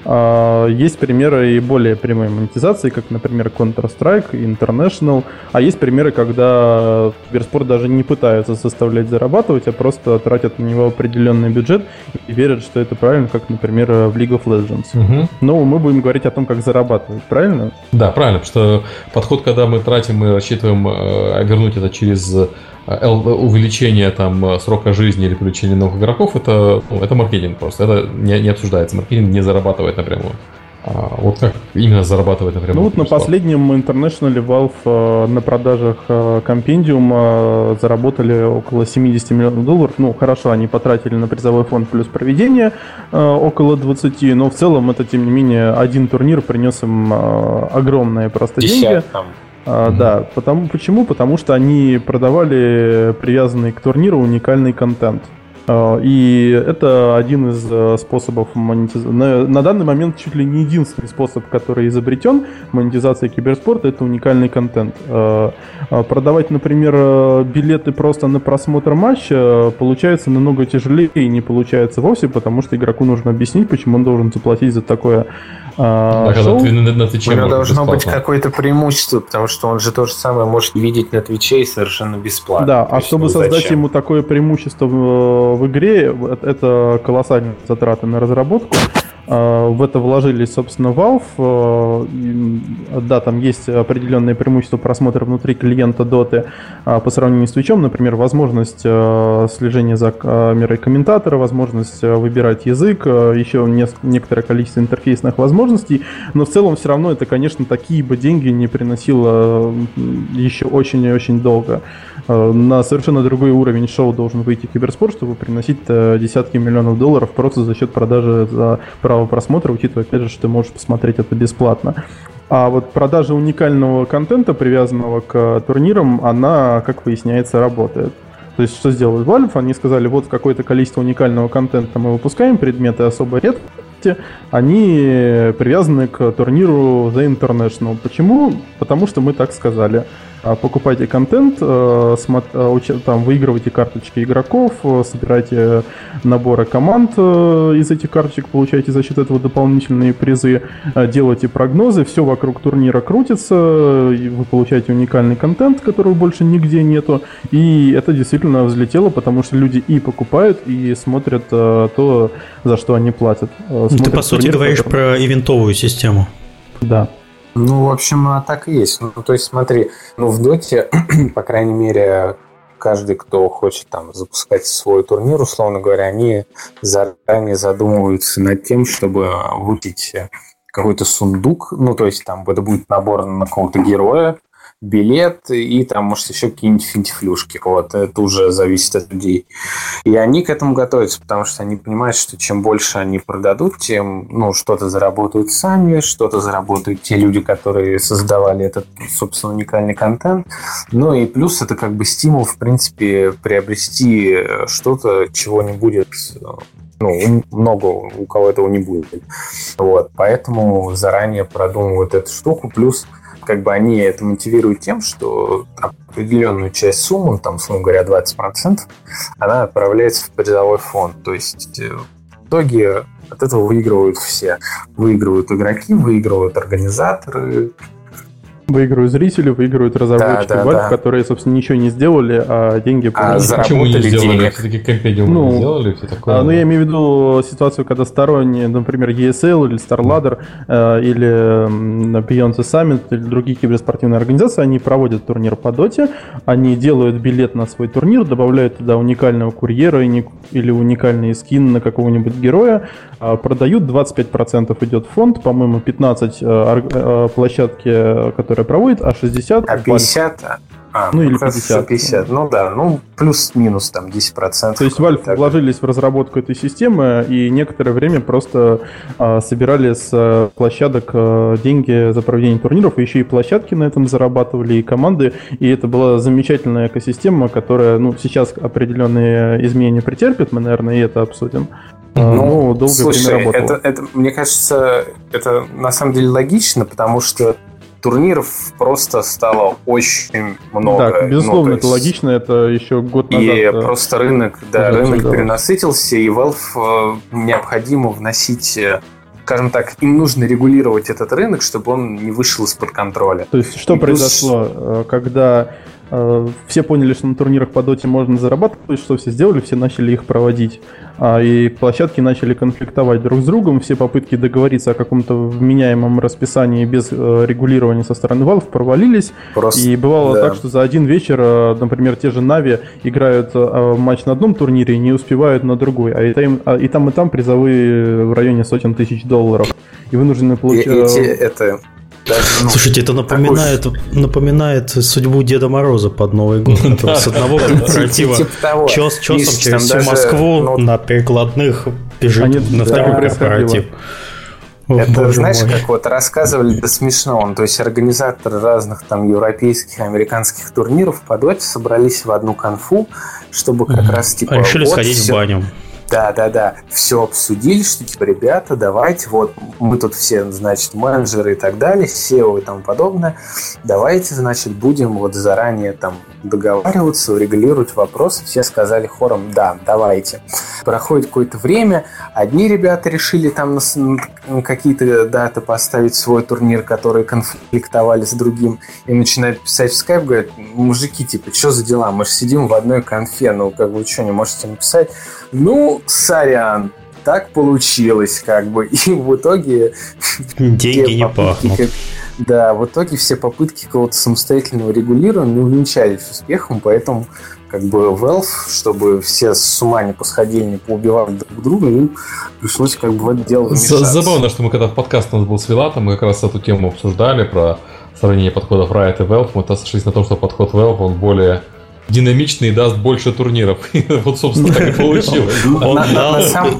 Есть примеры и более прямой монетизации, как, например, Counter-Strike, International. А есть примеры, когда киберспорт даже не пытаются заставлять зарабатывать, а просто тратят на него определенный бюджет и верят, что это правильно, как, например, в League of Legends. Но мы будем говорить о том, как зарабатывать, правильно? Да, правильно, потому что подход, когда мы тратим, мы рассчитываем вернуть это через увеличение там срока жизни или привлечение новых игроков, это маркетинг просто. Это не обсуждается. Маркетинг не зарабатывает напрямую. Вот как именно зарабатывает напрямую? Ну вот на последнем International Valve на продажах компендиума заработали около $70 миллионов. Ну хорошо, они потратили на призовой фонд плюс проведение около 20, но в целом это, тем не менее, один турнир принес им огромные просто деньги. Да, почему? Потому что они продавали привязанный к турниру уникальный контент. И это один из способов монетизации. На данный момент чуть ли не единственный способ, который изобретен монетизации киберспорта, это уникальный контент. Продавать, например, билеты просто на просмотр матча получается намного тяжелее и не получается вовсе, потому что игроку нужно объяснить, почему он должен заплатить за такое шоу. У него должно быть какое-то преимущество, потому что он же то же самое может видеть на Твиче и совершенно бесплатно. Да, а чтобы создать ему такое преимущество в игре, это колоссальные затраты на разработку. В это вложились, собственно, Valve. Да, там есть определенные преимущества просмотра внутри клиента Dota по сравнению с Twitch. Например, возможность слежения за камерой комментатора, возможность выбирать язык, еще некоторое количество интерфейсных возможностей. Но в целом все равно это, конечно, такие бы деньги не приносило еще очень и очень долго. На совершенно другой уровень шоу должен выйти киберспорт, чтобы приносить десятки миллионов долларов просто за счет продажи за право просмотра, учитывая, опять же, что ты можешь посмотреть это бесплатно. А вот продажа уникального контента, привязанного к турнирам, она, как выясняется, работает. То есть, что сделали Valve? Они сказали, вот какое-то количество уникального контента мы выпускаем, предметы особо редкие, они привязаны к турниру The International. Почему? Потому что мы так сказали. Покупайте контент, там выигрывайте карточки игроков, собирайте наборы команд из этих карточек, получаете за счет этого дополнительные призы, делайте прогнозы, все вокруг турнира крутится, вы получаете уникальный контент, которого больше нигде нету, и это действительно взлетело, потому что люди и покупают, и смотрят то, за что они платят. Ты, по сути, говоришь про ивентовую систему. Да. Ну, в общем, так и есть. Ну, то есть, смотри, в Доте, по крайней мере, каждый, кто хочет там запускать свой турнир, условно говоря, они заранее задумываются над тем, чтобы выпить какой-то сундук. Ну, то есть, там это будет набор на какого-то героя, билет и там, может, еще какие-нибудь финтифлюшки. Вот, это уже зависит от людей. И они к этому готовятся, потому что они понимают, что чем больше они продадут, тем, что-то заработают сами, что-то заработают те люди, которые создавали этот, собственно, уникальный контент. Ну и плюс это как бы стимул, в принципе, приобрести что-то, чего не будет, много у кого этого не будет. Вот, поэтому заранее продумывают эту штуку, плюс как бы они это мотивируют тем, что определенную часть суммы, там, условно говоря, 20%, она отправляется в призовой фонд. То есть в итоге от этого выигрывают все. Выигрывают игроки, выигрывают организаторы. Выигрывают зрители, выигрывают разработчики Valve, которые, собственно, ничего не сделали, а деньги получили. Почему не сделали? Все-таки компедиум не сделали, все такое. Я имею в виду ситуацию, когда сторонние, например, ESL или StarLadder или Beyond the Summit или другие киберспортивные организации, они проводят турнир по доте, они делают билет на свой турнир, добавляют туда уникального курьера или уникальный скин на какого-нибудь героя, продают, 25% идет в фонд, по-моему, 15 площадки, которые проводит, а 60... А 50? Или 50. 50. Плюс-минус там 10%. То есть Valve вложились в разработку этой системы и некоторое время просто собирали с площадок деньги за проведение турниров, и еще и площадки на этом зарабатывали, и команды, и это была замечательная экосистема, которая, сейчас определенные изменения претерпит, мы, наверное, и это обсудим. Долгое время работала. Это, мне кажется, это на самом деле логично, потому что турниров просто стало очень много. Да, безусловно, это логично, это еще год назад. И просто рынок перенасытился, и Valve необходимо вносить, скажем так, им нужно регулировать этот рынок, чтобы он не вышел из-под контроля. То есть что произошло, когда все поняли, что на турнирах по доте можно зарабатывать, что все сделали, все начали их проводить. И площадки начали конфликтовать друг с другом, все попытки договориться о каком-то вменяемом расписании без регулирования со стороны Valve провалились. И бывало так, что за один вечер, например, те же Na'Vi играют матч на одном турнире и не успевают на другой, и там призовые в районе сотен тысяч $. И вынуждены получать... Слушайте, это напоминает судьбу Деда Мороза под Новый год. С одного корпоратива чесом через всю Москву на перекладных бежит на второй корпоратив. Это, знаешь, как вот рассказывали до смешного. То есть организаторы разных там европейских, американских турниров по доте собрались в одну конфу, чтобы как раз типа... Решили сходить в баню. Да. Все обсудили, что типа, ребята, давайте, вот мы тут все, значит, менеджеры и так далее, SEO и тому подобное. Давайте, значит, будем вот заранее там договариваться, урегулировать вопрос. Все сказали хором, да, давайте. Проходит какое-то время, одни ребята решили там на какие-то даты поставить свой турнир, которые конфликтовали с другим, и начинают писать в скайп, говорят, мужики, типа, что за дела? Мы же сидим в одной конфе, вы что, не можете написать? Сорян, так получилось, как бы. И в итоге... Деньги не пахнут. Да, в итоге все попытки какого-то самостоятельного регулирования не увенчались успехом, поэтому как бы Valve, чтобы все с ума не посходили, не поубивали друг друга, им пришлось как бы в это дело вмешаться. Забавно, что мы когда подкаст у нас был с Вилатом, мы как раз эту тему обсуждали, про сравнение подходов Riot и Valve. Мы сошлись на том, что подход Valve, он более... динамичный и даст больше турниров. Вот, собственно, так и получилось. Он дал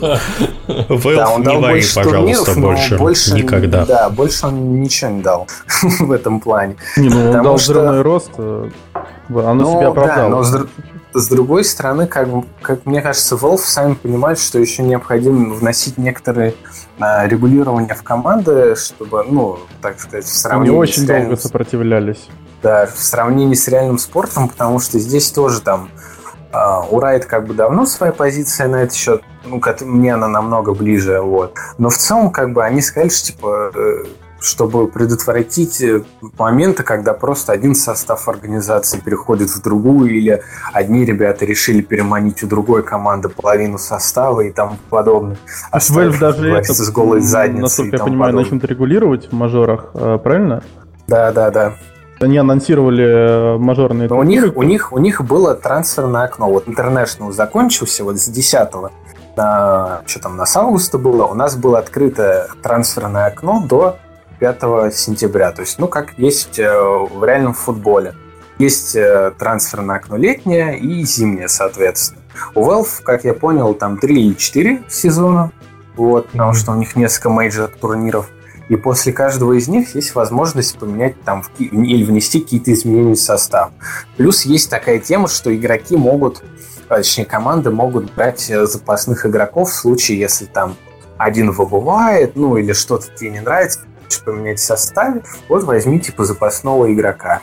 больше турниров, но больше никогда. Да, больше он ничего не дал в этом плане. Он дал взрывной рост, оно себя оправдало. Но с другой стороны, как мне кажется, Valve сами понимают, что еще необходимо вносить некоторые регулирования в команды, чтобы, так сказать, в сравнении Они очень долго сопротивлялись. Да, в сравнении с реальным спортом, потому что здесь тоже там у Riot как бы давно своя позиция на этот счет, мне она намного ближе, вот. Но в целом как бы они сказали, что типа, чтобы предотвратить моменты, когда просто один состав организации переходит в другую, или одни ребята решили переманить у другой команды половину состава и тому подобное. А Valve даже это, с голой задницей, насколько я понимаю, начнут регулировать в мажорах, правильно? Да. Они анонсировали мажорные турниры. У них было трансферное окно. Вот International закончился вот с 10-го. Что там, с августа было. У нас было открыто трансферное окно до 5 сентября. То есть, как есть в реальном футболе. Есть трансферное окно летнее и зимнее, соответственно. У Valve, как я понял, там 3 или 4 сезона, потому что у них несколько мейджор-турниров. И после каждого из них есть возможность поменять там или внести какие-то изменения в состав. Плюс есть такая тема, что игроки могут, точнее команды могут брать запасных игроков в случае, если там один выбывает, или что-то тебе не нравится, хочешь поменять в составе, возьми типа запасного игрока.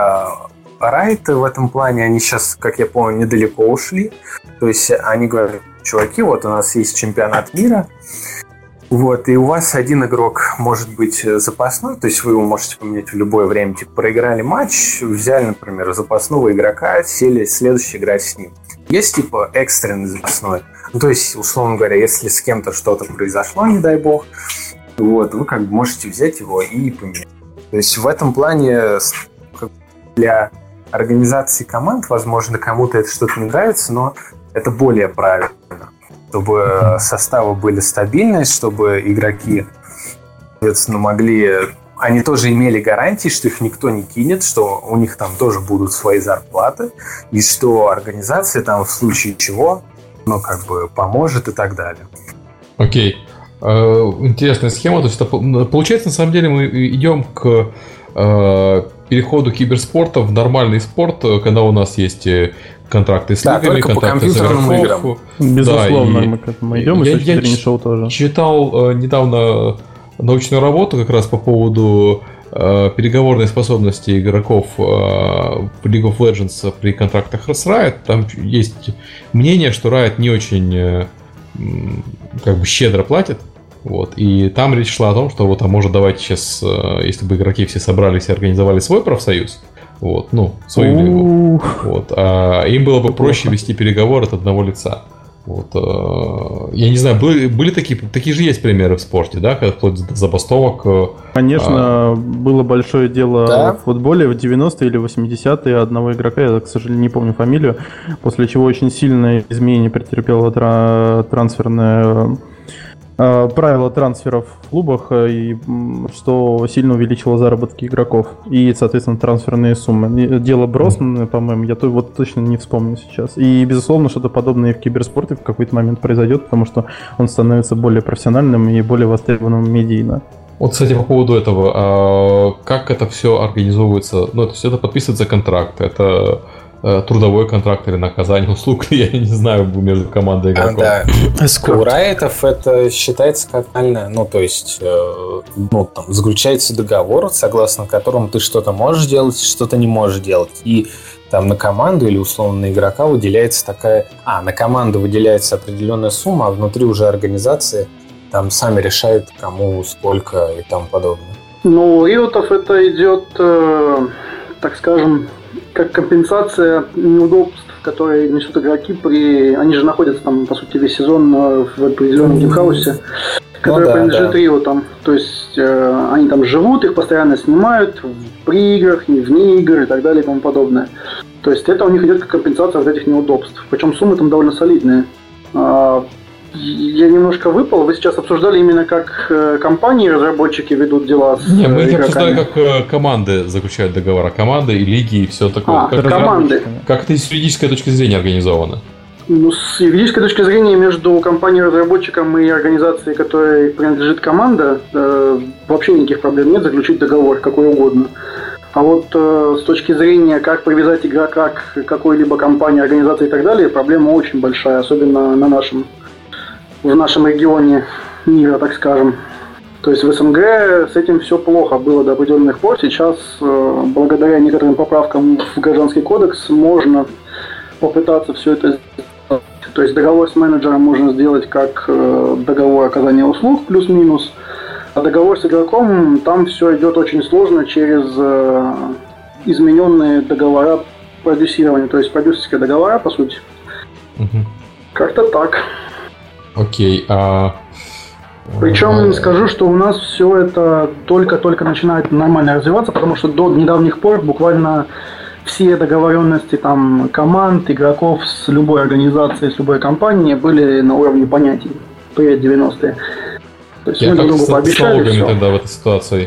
Riot в этом плане, они сейчас, как я помню, недалеко ушли. То есть они говорят: чуваки, у нас есть чемпионат мира, и у вас один игрок может быть запасной, то есть вы его можете поменять в любое время. Типа проиграли матч, взяли, например, запасного игрока, сели следующий играть с ним. Есть типа экстренный запасной. То есть, условно говоря, если с кем-то что-то произошло, не дай бог, вы можете взять его и поменять. То есть в этом плане для организации команд, возможно, кому-то это что-то не нравится, но это более правильно. Чтобы составы были стабильные, чтобы игроки, соответственно, они тоже имели гарантии, что их никто не кинет, что у них там тоже будут свои зарплаты, и что организация там в случае чего, поможет и так далее. Окей. Интересная схема. То есть, получается, на самом деле мы идем к переходу киберспорта в нормальный спорт, когда у нас есть контракты с лигами, контракты с игроков. Безусловно, мы идем, и с точки зрения шоу тоже. Читал недавно научную работу как раз по поводу переговорной способности игроков в League of Legends при контрактах с Riot. Там есть мнение, что Riot не очень щедро платит. И там речь шла о том, что может давайте сейчас, если бы игроки все собрались и организовали свой профсоюз, свою лигу, им было бы проще вести переговоры от одного лица. Я не знаю, были такие же есть примеры в спорте, да, когда вплоть до забастовок. Конечно, было большое дело в футболе в 90-е или 80-е одного игрока, я, к сожалению, не помню фамилию, после чего очень сильное изменение претерпело трансферное правила трансферов в клубах, и что сильно увеличило заработки игроков и, соответственно, трансферные суммы. Дело Броснана, по-моему, я точно не вспомню сейчас. И, безусловно, что-то подобное и в киберспорте в какой-то момент произойдет, потому что он становится более профессиональным и более востребованным медийно. Кстати, по поводу этого, как это все организовывается? То есть это подписывается контракт, это трудовой контракт или наказание услуг, я не знаю, между командой игроков. Да. У Райтов это считается как реально, заключается договор, согласно которому ты что-то можешь делать, что-то не можешь делать. И там на команду или условно на игрока выделяется на команду выделяется определенная сумма, а внутри уже организации там сами решают, кому, сколько и тому подобное. Риотов это идет, так скажем, как компенсация неудобств, которые несут игроки они же находятся там, по сути, весь сезон в определенном геймхаусе, который принадлежит Рио там. То есть они там живут, их постоянно снимают при играх, вне игр и так далее и тому подобное. То есть это у них идет как компенсация этих неудобств. Причем суммы там довольно солидные. Я немножко выпал. Вы сейчас обсуждали именно как компании, разработчики ведут дела с игроками? Мы обсуждали, как команды заключают договора. Команды и лиги и все такое. Как команды. Как это с юридической точки зрения организовано? С юридической точки зрения между компанией-разработчиком и организацией, которой принадлежит команда, вообще никаких проблем нет заключить договор какой угодно. А с точки зрения, как привязать игрока к какой-либо компании, организации и так далее, проблема очень большая, особенно в нашем регионе мира, так скажем. То есть в СНГ с этим все плохо было до определенных пор. Сейчас, благодаря некоторым поправкам в Гражданский кодекс, можно попытаться все это сделать. То есть договор с менеджером можно сделать как договор оказания услуг плюс-минус, а договор с игроком, там все идет очень сложно через измененные договора продюсирования, то есть продюсерские договора, по сути. Как-то так. Окей, Причем скажу, что у нас все это только-только начинает нормально развиваться, потому что до недавних пор буквально все договоренности там команд, игроков с любой организацией, с любой компанией были на уровне понятий. Привет, 90-е. То есть мы друг другу пообещали. Тогда в этой ситуации.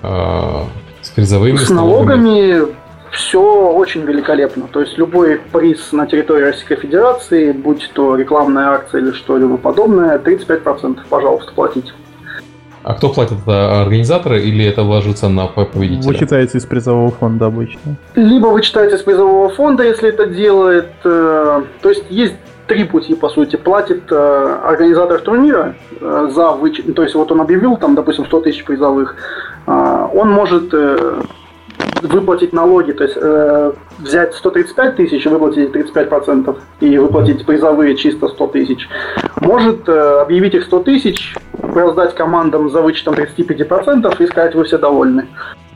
с призовыми? С налогами все очень великолепно. То есть любой приз на территории Российской Федерации, будь то рекламная акция или что-либо подобное, 35%, пожалуйста, платите. А кто платит? Это организаторы или это ложится на победителя? Вычитается из призового фонда обычно. Либо вычитается из призового фонда, если это делает. То есть есть три пути, по сути. Платит организатор турнира за вычет. То есть вот он объявил, там, допустим, 100 тысяч призовых. Он может выплатить налоги, то есть взять 135 тысяч и выплатить 35% и выплатить призовые чисто 100 тысяч. Может объявить их 100 тысяч, раздать командам за вычетом 35% и сказать, вы все довольны.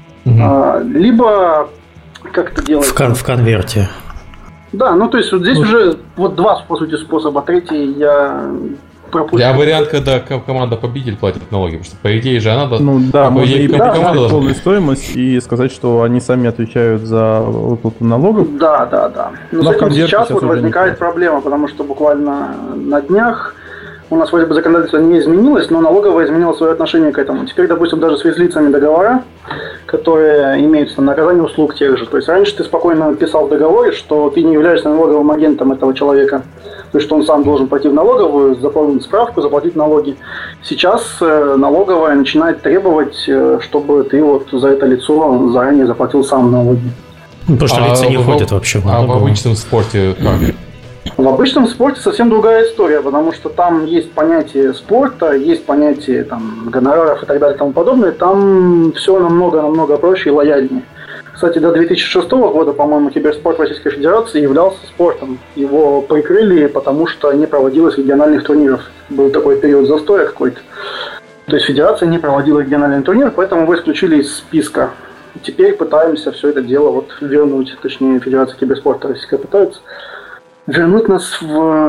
Либо как это делать? В конверте. Да, ну то есть вот здесь уже вот два, по сути, способа. Третий я пропустил. А вариант, когда команда-победитель платит налоги, потому что по идее же она... Ну да, можно и полную стоимость и сказать, что они сами отвечают за выплату налогов. Да. Но с этим сейчас вот возникает проблема, потому что буквально на днях у нас вроде бы законодательство не изменилось, но налоговая изменила свое отношение к этому. Теперь, допустим, даже с физлицами договора, которые имеются на оказание услуг тех же. То есть раньше ты спокойно писал в договоре, что ты не являешься налоговым агентом этого человека. То есть, что он сам должен пойти в налоговую, заполнить справку, заплатить налоги. Сейчас налоговая начинает требовать, чтобы ты вот за это лицо заранее заплатил сам налоги. Потому что лица не ходят вообще в налоговую. А в обычном спорте как? В обычном спорте совсем другая история, потому что там есть понятие спорта, есть понятие там, гонораров и так далее и тому подобное. Там все намного проще и лояльнее. Кстати, до 2006 года, по-моему, киберспорт Российской Федерации являлся спортом. Его прикрыли, потому что не проводилось региональных турниров. Был такой период застоя какой-то. То есть федерация не проводила региональный турнир, поэтому его исключили из списка. Теперь пытаемся все это дело вот вернуть, точнее, Федерация киберспорта Российская пытается вернуть нас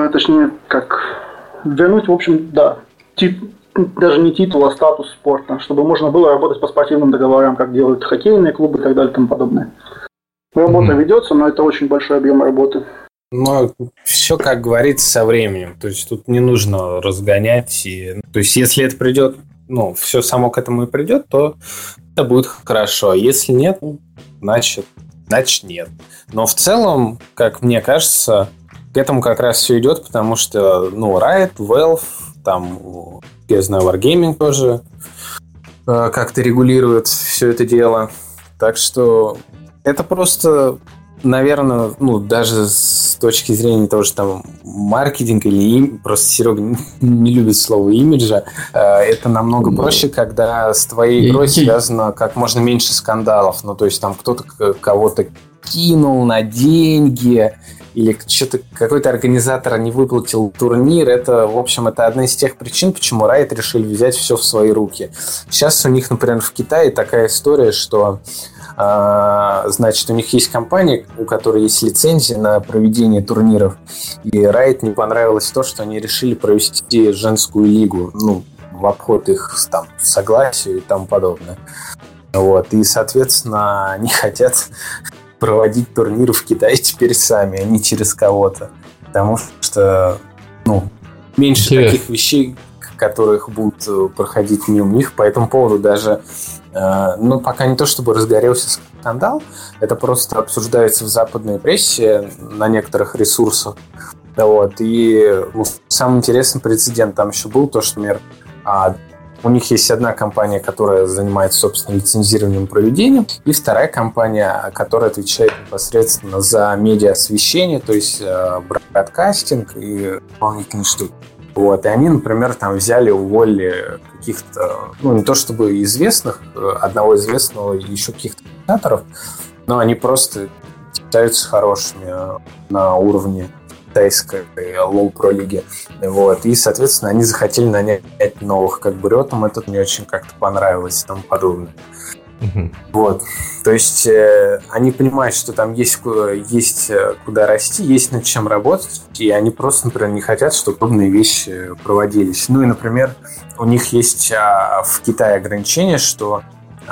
вернуть, в общем, да, даже не титул, а статус спорта, чтобы можно было работать по спортивным договорам, как делают хоккейные клубы и так далее и тому подобное. Работа ведется, но это очень большой объем работы. Но все, как говорится, со временем. То есть тут не нужно разгонять. То есть если это придет, все само к этому и придет, то это будет хорошо. А если нет, значит нет. Но в целом, как мне кажется, к этому как раз все идет, потому что, Riot, Valve, там, я знаю, Wargaming тоже как-то регулирует все это дело. Так что это просто, наверное, даже с точки зрения того, что там маркетинг или просто Серега не любит слово имиджа, это намного проще, когда с твоей игрой связано как можно меньше скандалов. То есть там кто-то кого-то кинул на деньги, или что-то какой-то организатор не выплатил турнир. Это, в общем, это одна из тех причин, почему Riot решили взять все в свои руки. Сейчас у них, например, в Китае такая история, что значит, у них есть компания, у которой есть лицензия на проведение турниров, и Riot не понравилось то, что они решили провести женскую лигу, в обход их там согласию и тому подобное. И, соответственно, они хотят проводить турниры в Китае теперь сами, а не через кого-то. Потому что, меньше таких вещей, которых будут проходить мимо них. По этому поводу даже, пока не то чтобы разгорелся скандал, это просто обсуждается в западной прессе на некоторых ресурсах. И самый интересный прецедент там еще был то, что, например, у них есть одна компания, которая занимается, собственно, лицензированием проведением, и вторая компания, которая отвечает непосредственно за медиа-освещение, то есть бродкастинг и дополнительные штуки. И они, например, там взяли, уволили каких-то, не то чтобы известных, одного известного и еще каких-то комментаторов, но они просто считаются хорошими на уровне китайской лоу-про лиги. И, соответственно, они захотели нанять новых ребятам. Это мне очень как-то понравилось и тому подобное. То есть они понимают, что там есть куда расти, есть над чем работать, и они просто, например, не хотят, чтобы подобные вещи проводились. И, например, у них есть в Китае ограничение, что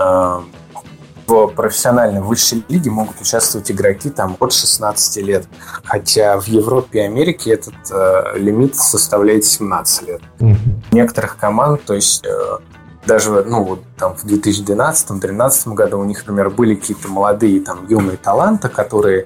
в профессиональной высшей лиге могут участвовать игроки там от 16 лет. Хотя в Европе и Америке этот лимит составляет 17 лет. Некоторых команд, то есть даже, ну, вот там в 2012-2013 году у них, например, были какие-то молодые там юные таланты, которые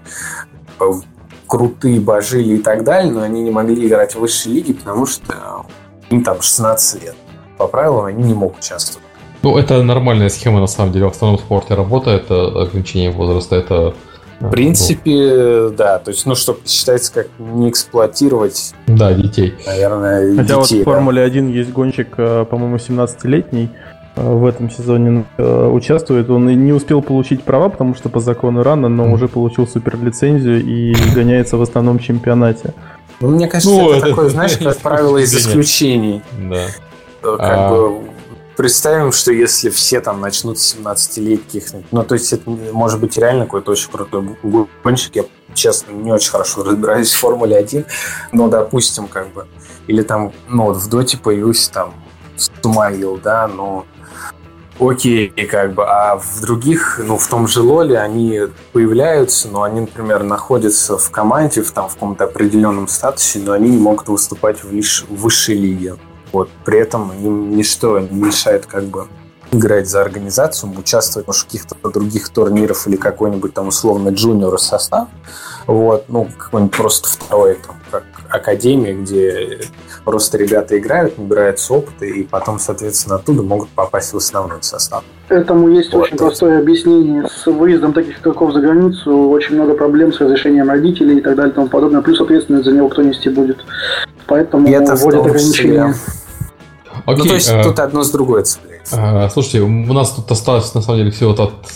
крутые, божили и так далее, но они не могли играть в высшей лиге, потому что им там 16 лет. По правилам они не могут участвовать. Ну, это нормальная схема, на самом деле. В основном спорте работает ограничение возраста. Это, в принципе, да. То есть, ну, чтобы считается, как не эксплуатировать... Да, детей. Наверное, хотя детей, вот в Формуле 1 есть гонщик, по-моему, 17-летний, в этом сезоне участвует. Он и не успел получить права, потому что по закону рано, но уже получил суперлицензию и гоняется в основном чемпионате. Ну, мне кажется, это такое, знаешь, как правило, из исключений. Да. Как бы представим, что если все там начнут 17-летних, ну, то есть это может быть реально какой-то очень крутой гонщик. Я, честно, не очень хорошо разбираюсь в Формуле 1, но, допустим, как бы, или там, ну, вот в Доте появился там Сумаил, да, ну, окей, как бы, а в других, ну, в том же Лоле они появляются, но они, например, находятся в команде, в каком-то определенном статусе, но они не могут выступать в высшей лиге. Вот. При этом им ничто не мешает как бы играть за организацию, участвовать может, в каких-то других турнирах или какой-нибудь там условно джуниор состав. Вот. Ну, какой-нибудь просто второй, там, как академия, где просто ребята играют, набираются опыта и потом, соответственно, оттуда могут попасть в основной состав. Этому есть очень простое объяснение. С выездом таких игроков за границу очень много проблем с разрешением родителей и так далее и тому подобное. Плюс ответственность за него кто нести будет. Поэтому вводят ограничения. Окей, ну, то есть тут одно с другой цепляется. Слушайте, у нас тут осталось, на самом деле, всего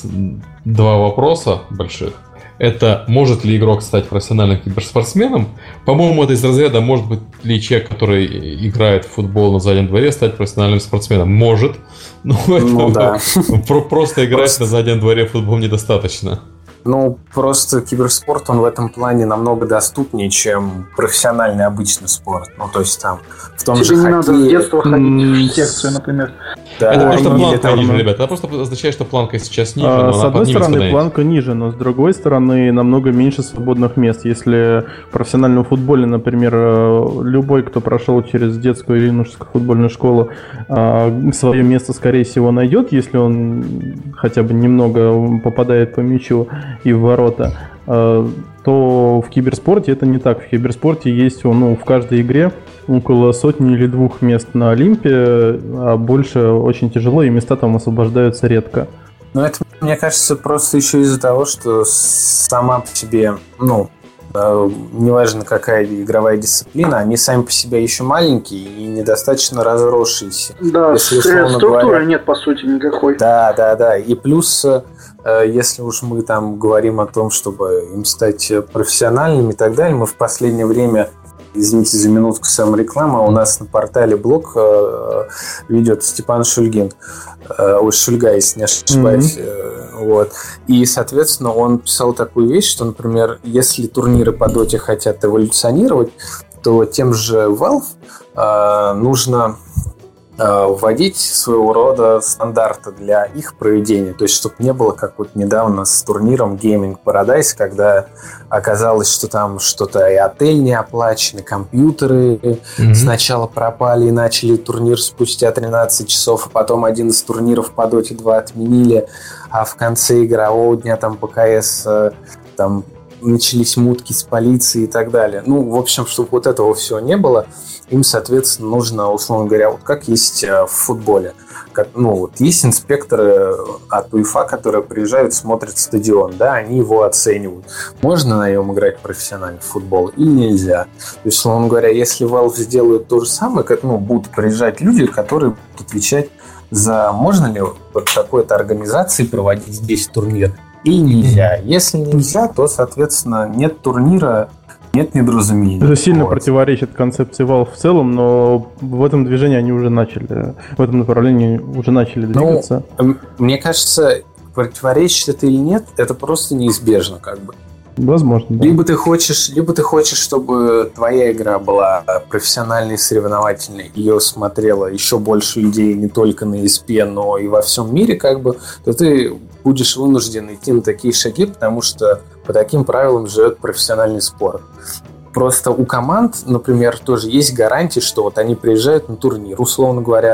два вопроса больших. Это может ли игрок стать профессиональным киберспортсменом? По-моему, это из разряда может быть ли человек, который играет в футбол на заднем дворе, стать профессиональным спортсменом? Может. Но да. Просто играть на заднем дворе в футбол недостаточно. Ну, просто киберспорт, он в этом плане намного доступнее, чем профессиональный обычный спорт. Ну, то есть там в том же хоккее... не надо с детства ходить в секцию, например. Да, это просто планка ниже, ребята. Это просто означает, что планка сейчас ниже, но с она одной стороны, становится. планка ниже, но с другой стороны, намного меньше свободных мест. Если в профессиональном футболе, например, любой, кто прошел через детскую или юношескую футбольную школу, свое место, скорее всего, найдет, если он хотя бы немного попадает по мячу и в ворота, то в киберспорте это не так. В киберспорте есть в каждой игре около сотни или двух мест на Олимпе, а больше очень тяжело, и места там освобождаются редко. Ну, это, мне кажется, просто еще из-за того, что сама по себе, неважно какая игровая дисциплина, они сами по себе еще маленькие и недостаточно разросшиеся. Да, структуры нет, по сути, никакой. Да. И плюс, если уж мы там говорим о том, чтобы им стать профессиональными и так далее, мы в последнее время, извините за минутку самореклама, у нас на портале блог ведет Степан Шульгин. Шульга, если не ошибаюсь. Вот. И, соответственно, он писал такую вещь, что, например, если турниры по доте хотят эволюционировать, то тем же Valve нужно вводить своего рода стандарты для их проведения. То есть, чтобы не было, как вот недавно с турниром Gaming Paradise, когда оказалось, что там что-то и отель не оплачен, и компьютеры сначала пропали и начали турнир спустя 13 часов, а потом один из турниров по Dota 2 отменили, а в конце игрового дня там ПКС там начались мутки с полицией и так далее. Ну, в общем, чтобы вот этого всего не было, им, соответственно, нужно, условно говоря, вот как есть в футболе. Есть инспекторы от УЕФА, которые приезжают, смотрят стадион, да, они его оценивают. Можно на нем играть профессиональный футбол или нельзя? То есть, условно говоря, если Valve сделают то же самое, как, будут приезжать люди, которые будут отвечать за можно ли вот такой-то организации проводить здесь турнир или нельзя. Если нельзя, то, соответственно, нет турнира, нет недоразумений. Это сильно противоречит концепции Valve в целом, но в этом движении они уже начали, в этом направлении уже начали двигаться. Мне кажется, противоречит это или нет, это просто неизбежно, как бы. Возможно, да. Либо ты хочешь, чтобы твоя игра была профессиональной, соревновательной, ее смотрело еще больше людей не только на ESP, но и во всем мире, как бы, то ты будешь вынужден идти на такие шаги, потому что по таким правилам живет профессиональный спорт. Просто у команд, например, тоже есть гарантии, что вот они приезжают на турнир, условно говоря,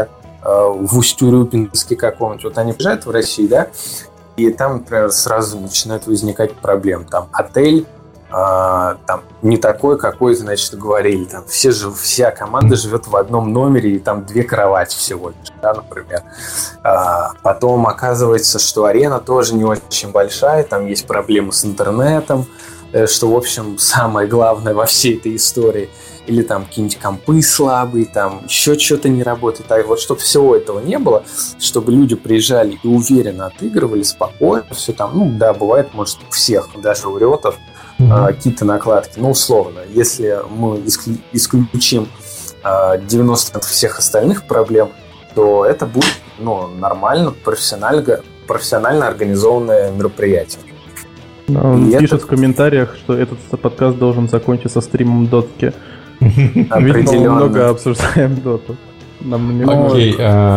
в Усть-Урюпинске каком-нибудь, вот они приезжают в Россию, да, и там, например, сразу начинают возникать проблемы. Там отель там не такой, какой, значит, говорили. Там вся команда живет в одном номере, и там 2 кровати всего лишь, да, например. Потом оказывается, что арена тоже не очень большая, там есть проблемы с интернетом, что, в общем, самое главное во всей этой истории. Или там какие-нибудь компы слабые, там еще что-то не работает. А вот чтобы всего этого не было, чтобы люди приезжали и уверенно отыгрывали, спокойно, все там, ну да, бывает, может, у всех, даже у риотов, какие-то накладки. Ну, условно, если мы исключим 90% всех остальных проблем, то это будет, ну, нормально, профессионально организованное мероприятие. Он пишет в комментариях, что этот подкаст должен закончиться стримом дотки. Определенно. Мы много обсуждаем доту. Окей.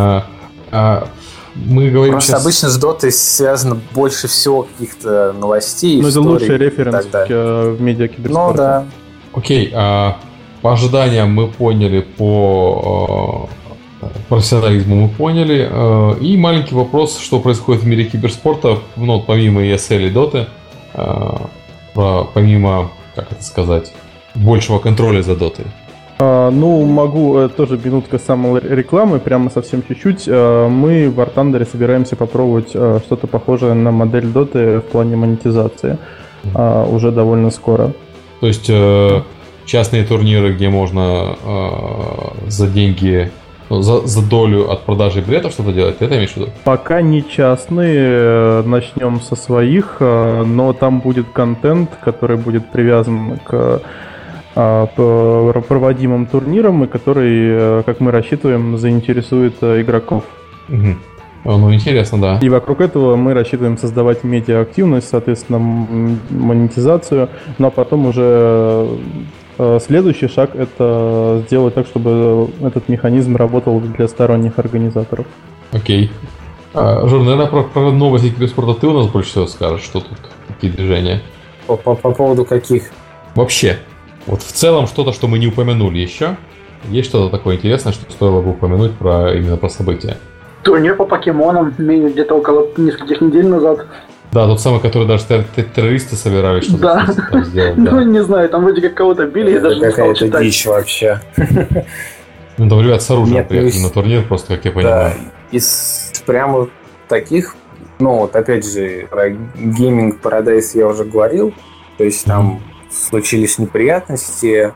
Мы говорим просто сейчас... обычно с дотой связано больше всего каких-то новостей, историй. Ну, это лучший референс в медиакиберспорте. Ну, да. Окей. По ожиданиям мы поняли, по профессионализму мы поняли. И маленький вопрос, что происходит в мире киберспорта, ну, помимо ESL и доты, помимо, как это сказать, большего контроля за дотой. Ну, могу тоже минутка саморекламы, прямо совсем чуть-чуть. Мы в War Thunder собираемся попробовать что-то похожее на модель доты в плане монетизации уже довольно скоро. То есть частные турниры, где можно за деньги, за долю от продажи билетов что-то делать, ты это имеешь в виду? Пока не частные, начнем со своих, но там будет контент, который будет привязан к проводимым турнирам, и который, как мы рассчитываем, заинтересует игроков. Угу. Ну, интересно, да. И вокруг этого мы рассчитываем создавать медиа-активность, соответственно, монетизацию, ну а потом уже следующий шаг — это сделать так, чтобы этот механизм работал для сторонних организаторов. Окей. Жор, наверное, про новости киберспорта ты у нас больше всего скажешь, что тут, какие движения? По поводу каких? Вообще. Вот в целом что-то, что мы не упомянули еще. Есть что-то такое интересное, что стоило бы упомянуть именно про события? Турнир по покемонам где-то около нескольких недель назад. Да, тот самый, который даже террористы собирались что-то там сделать. Ну, не знаю, там вроде как кого-то били, я даже не стал читать. Какая-то дичь вообще. Ну, там ребят с оружием приехали на турнир, просто, как я понимаю. Да, из прямо таких, ну, вот опять же, про Gaming Paradise я уже говорил, то есть там случились неприятности,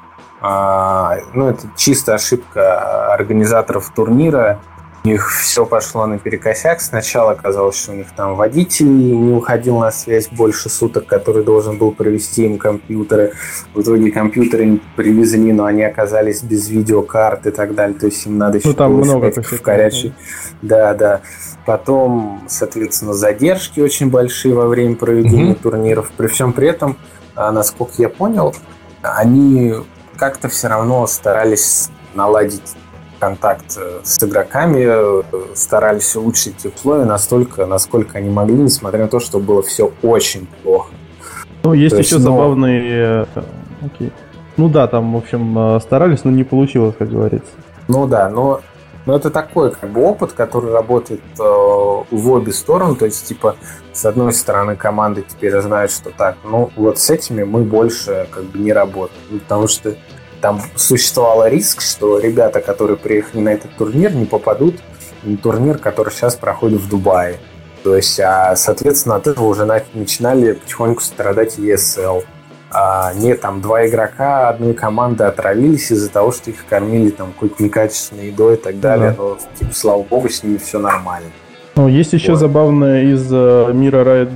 ну, это чисто ошибка организаторов турнира. У них все пошло наперекосяк. Сначала оказалось, что у них там водитель не уходил на связь больше суток, который должен был провести им компьютеры. В итоге компьютеры привезли, но они оказались без видеокарт и так далее. То есть им надо еще там много в горячий. Да. Потом, соответственно, задержки очень большие во время проведения турниров. При всем при этом, насколько я понял, они как-то все равно старались наладить контакт с игроками, старались улучшить условия настолько, насколько они могли, несмотря на то, что было все очень плохо. Ну, есть еще забавные... Окей. Ну да, там, в общем, старались, но не получилось, как говорится. Ну да, но это такой как бы опыт, который работает в обе стороны, то есть, типа, с одной стороны, команды теперь знают, что так, ну, вот с этими мы больше как бы не работаем, потому что там существовал риск, что ребята, которые приехали на этот турнир, не попадут на турнир, который сейчас проходит в Дубае. То есть, соответственно, от этого уже начинали потихоньку страдать ESL. Там 2 игрока одной команды отравились из-за того, что их кормили там какой-то некачественной едой и так далее. Но, типа, слава богу, с ними все нормально. Ну, есть еще забавное из мира Riot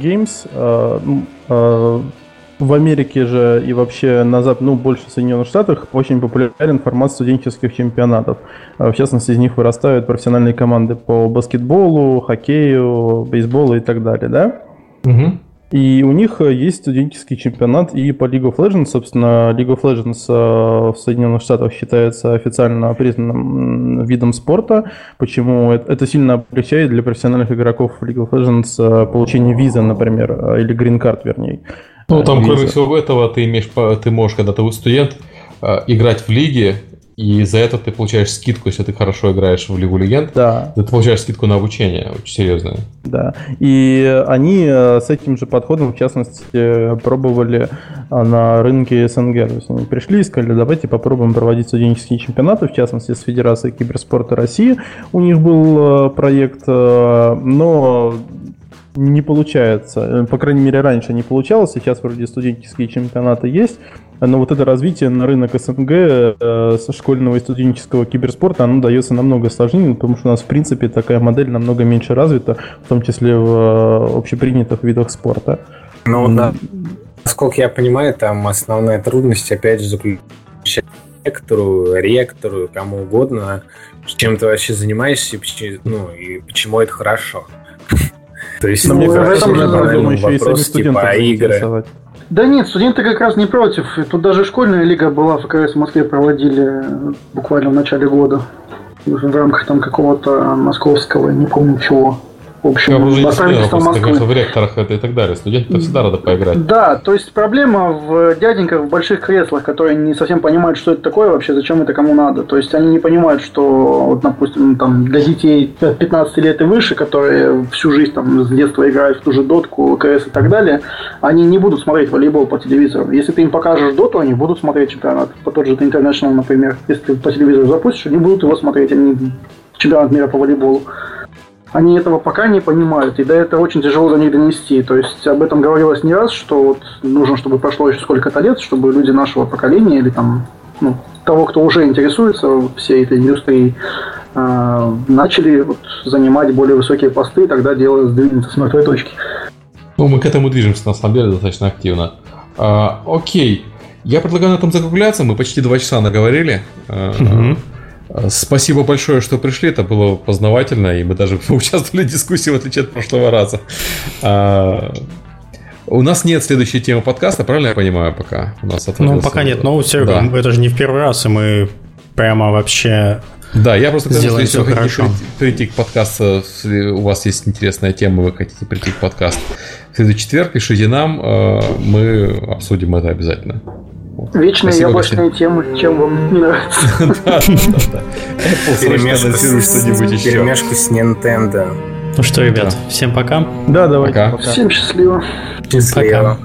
Games. В Америке же и вообще на больше в Соединенных Штатах очень популярен формат студенческих чемпионатов. В частности, из них вырастают профессиональные команды по баскетболу, хоккею, бейсболу и так далее, да? Угу. И у них есть студенческий чемпионат и по League of Legends. Собственно, League of Legends в Соединенных Штатах считается официально признанным видом спорта. Почему? Это сильно облегчает для профессиональных игроков League of Legends получение визы, например, или грин-карт, вернее. Ну, там, кроме всего этого, ты можешь, когда ты студент, играть в лиге И за это ты получаешь скидку, если ты хорошо играешь в Лигу Легенд. Да. Ты получаешь скидку на обучение, очень серьезную. Да. И они с этим же подходом, в частности, пробовали на рынке СНГ. То есть они пришли и сказали, давайте попробуем проводить студенческие чемпионаты, в частности, с Федерацией киберспорта России. У них был проект, но не получается. По крайней мере, раньше не получалось. Сейчас вроде студенческие чемпионаты есть. Но вот это развитие на рынок СНГ со школьного и студенческого киберспорта, оно дается намного сложнее, потому что у нас, в принципе, такая модель намного меньше развита, в том числе в общепринятых видах спорта. Ну, да. Насколько я понимаю, там основная трудность, опять же, заключается в ректору, кому угодно, чем ты вообще занимаешься, и почему это хорошо. То есть, мне кажется, вопрос типа игры. Да нет, студенты как раз не против. Тут даже школьная лига была, ФКС в Москве проводили буквально в начале года. В рамках там какого-то московского, не помню чего. В общем, в ректорах это и так далее. Студенты всегда рады поиграть. Да, то есть проблема в дяденьках в больших креслах, которые не совсем понимают, что это такое вообще, зачем это кому надо. То есть они не понимают, что, вот, допустим, там, для детей от 15 лет и выше, которые всю жизнь там, с детства играют в ту же дотку, КС и так далее, они не будут смотреть волейбол по телевизору. Если ты им покажешь доту, они будут смотреть чемпионат. По тот же International, например. Если ты по телевизору запустишь, они будут его смотреть, они чемпионат мира по волейболу. Они этого пока не понимают, и до этого очень тяжело до них донести. То есть об этом говорилось не раз, что вот нужно, чтобы прошло еще сколько-то лет, чтобы люди нашего поколения или там, того, кто уже интересуется всей этой индустрией, начали вот занимать более высокие посты, тогда дело сдвинется с мертвой точки. Ну, мы к этому движемся, на самом деле, достаточно активно. Окей. Я предлагаю на этом закругляться. Мы почти 2 часа наговорили. Спасибо большое, что пришли. Это было познавательно, и мы даже участвовали в дискуссии, в отличие от прошлого раза. У нас нет следующей темы подкаста, правильно я понимаю, пока? У нас пока нет, но Серега, это же не в первый раз, и мы прямо вообще... Да, я просто сказал, что если вы хотите прийти к подкасту, у вас есть интересная тема, вы хотите прийти к подкасту в следующий четверг, пишите нам, мы обсудим это обязательно. Вечные спасибо, яблочные темы, чем вам не нравится. Да. Перемешку с Nintendo. Ну что, ребят, всем пока. Да, давайте. Всем счастливо. Счастливо.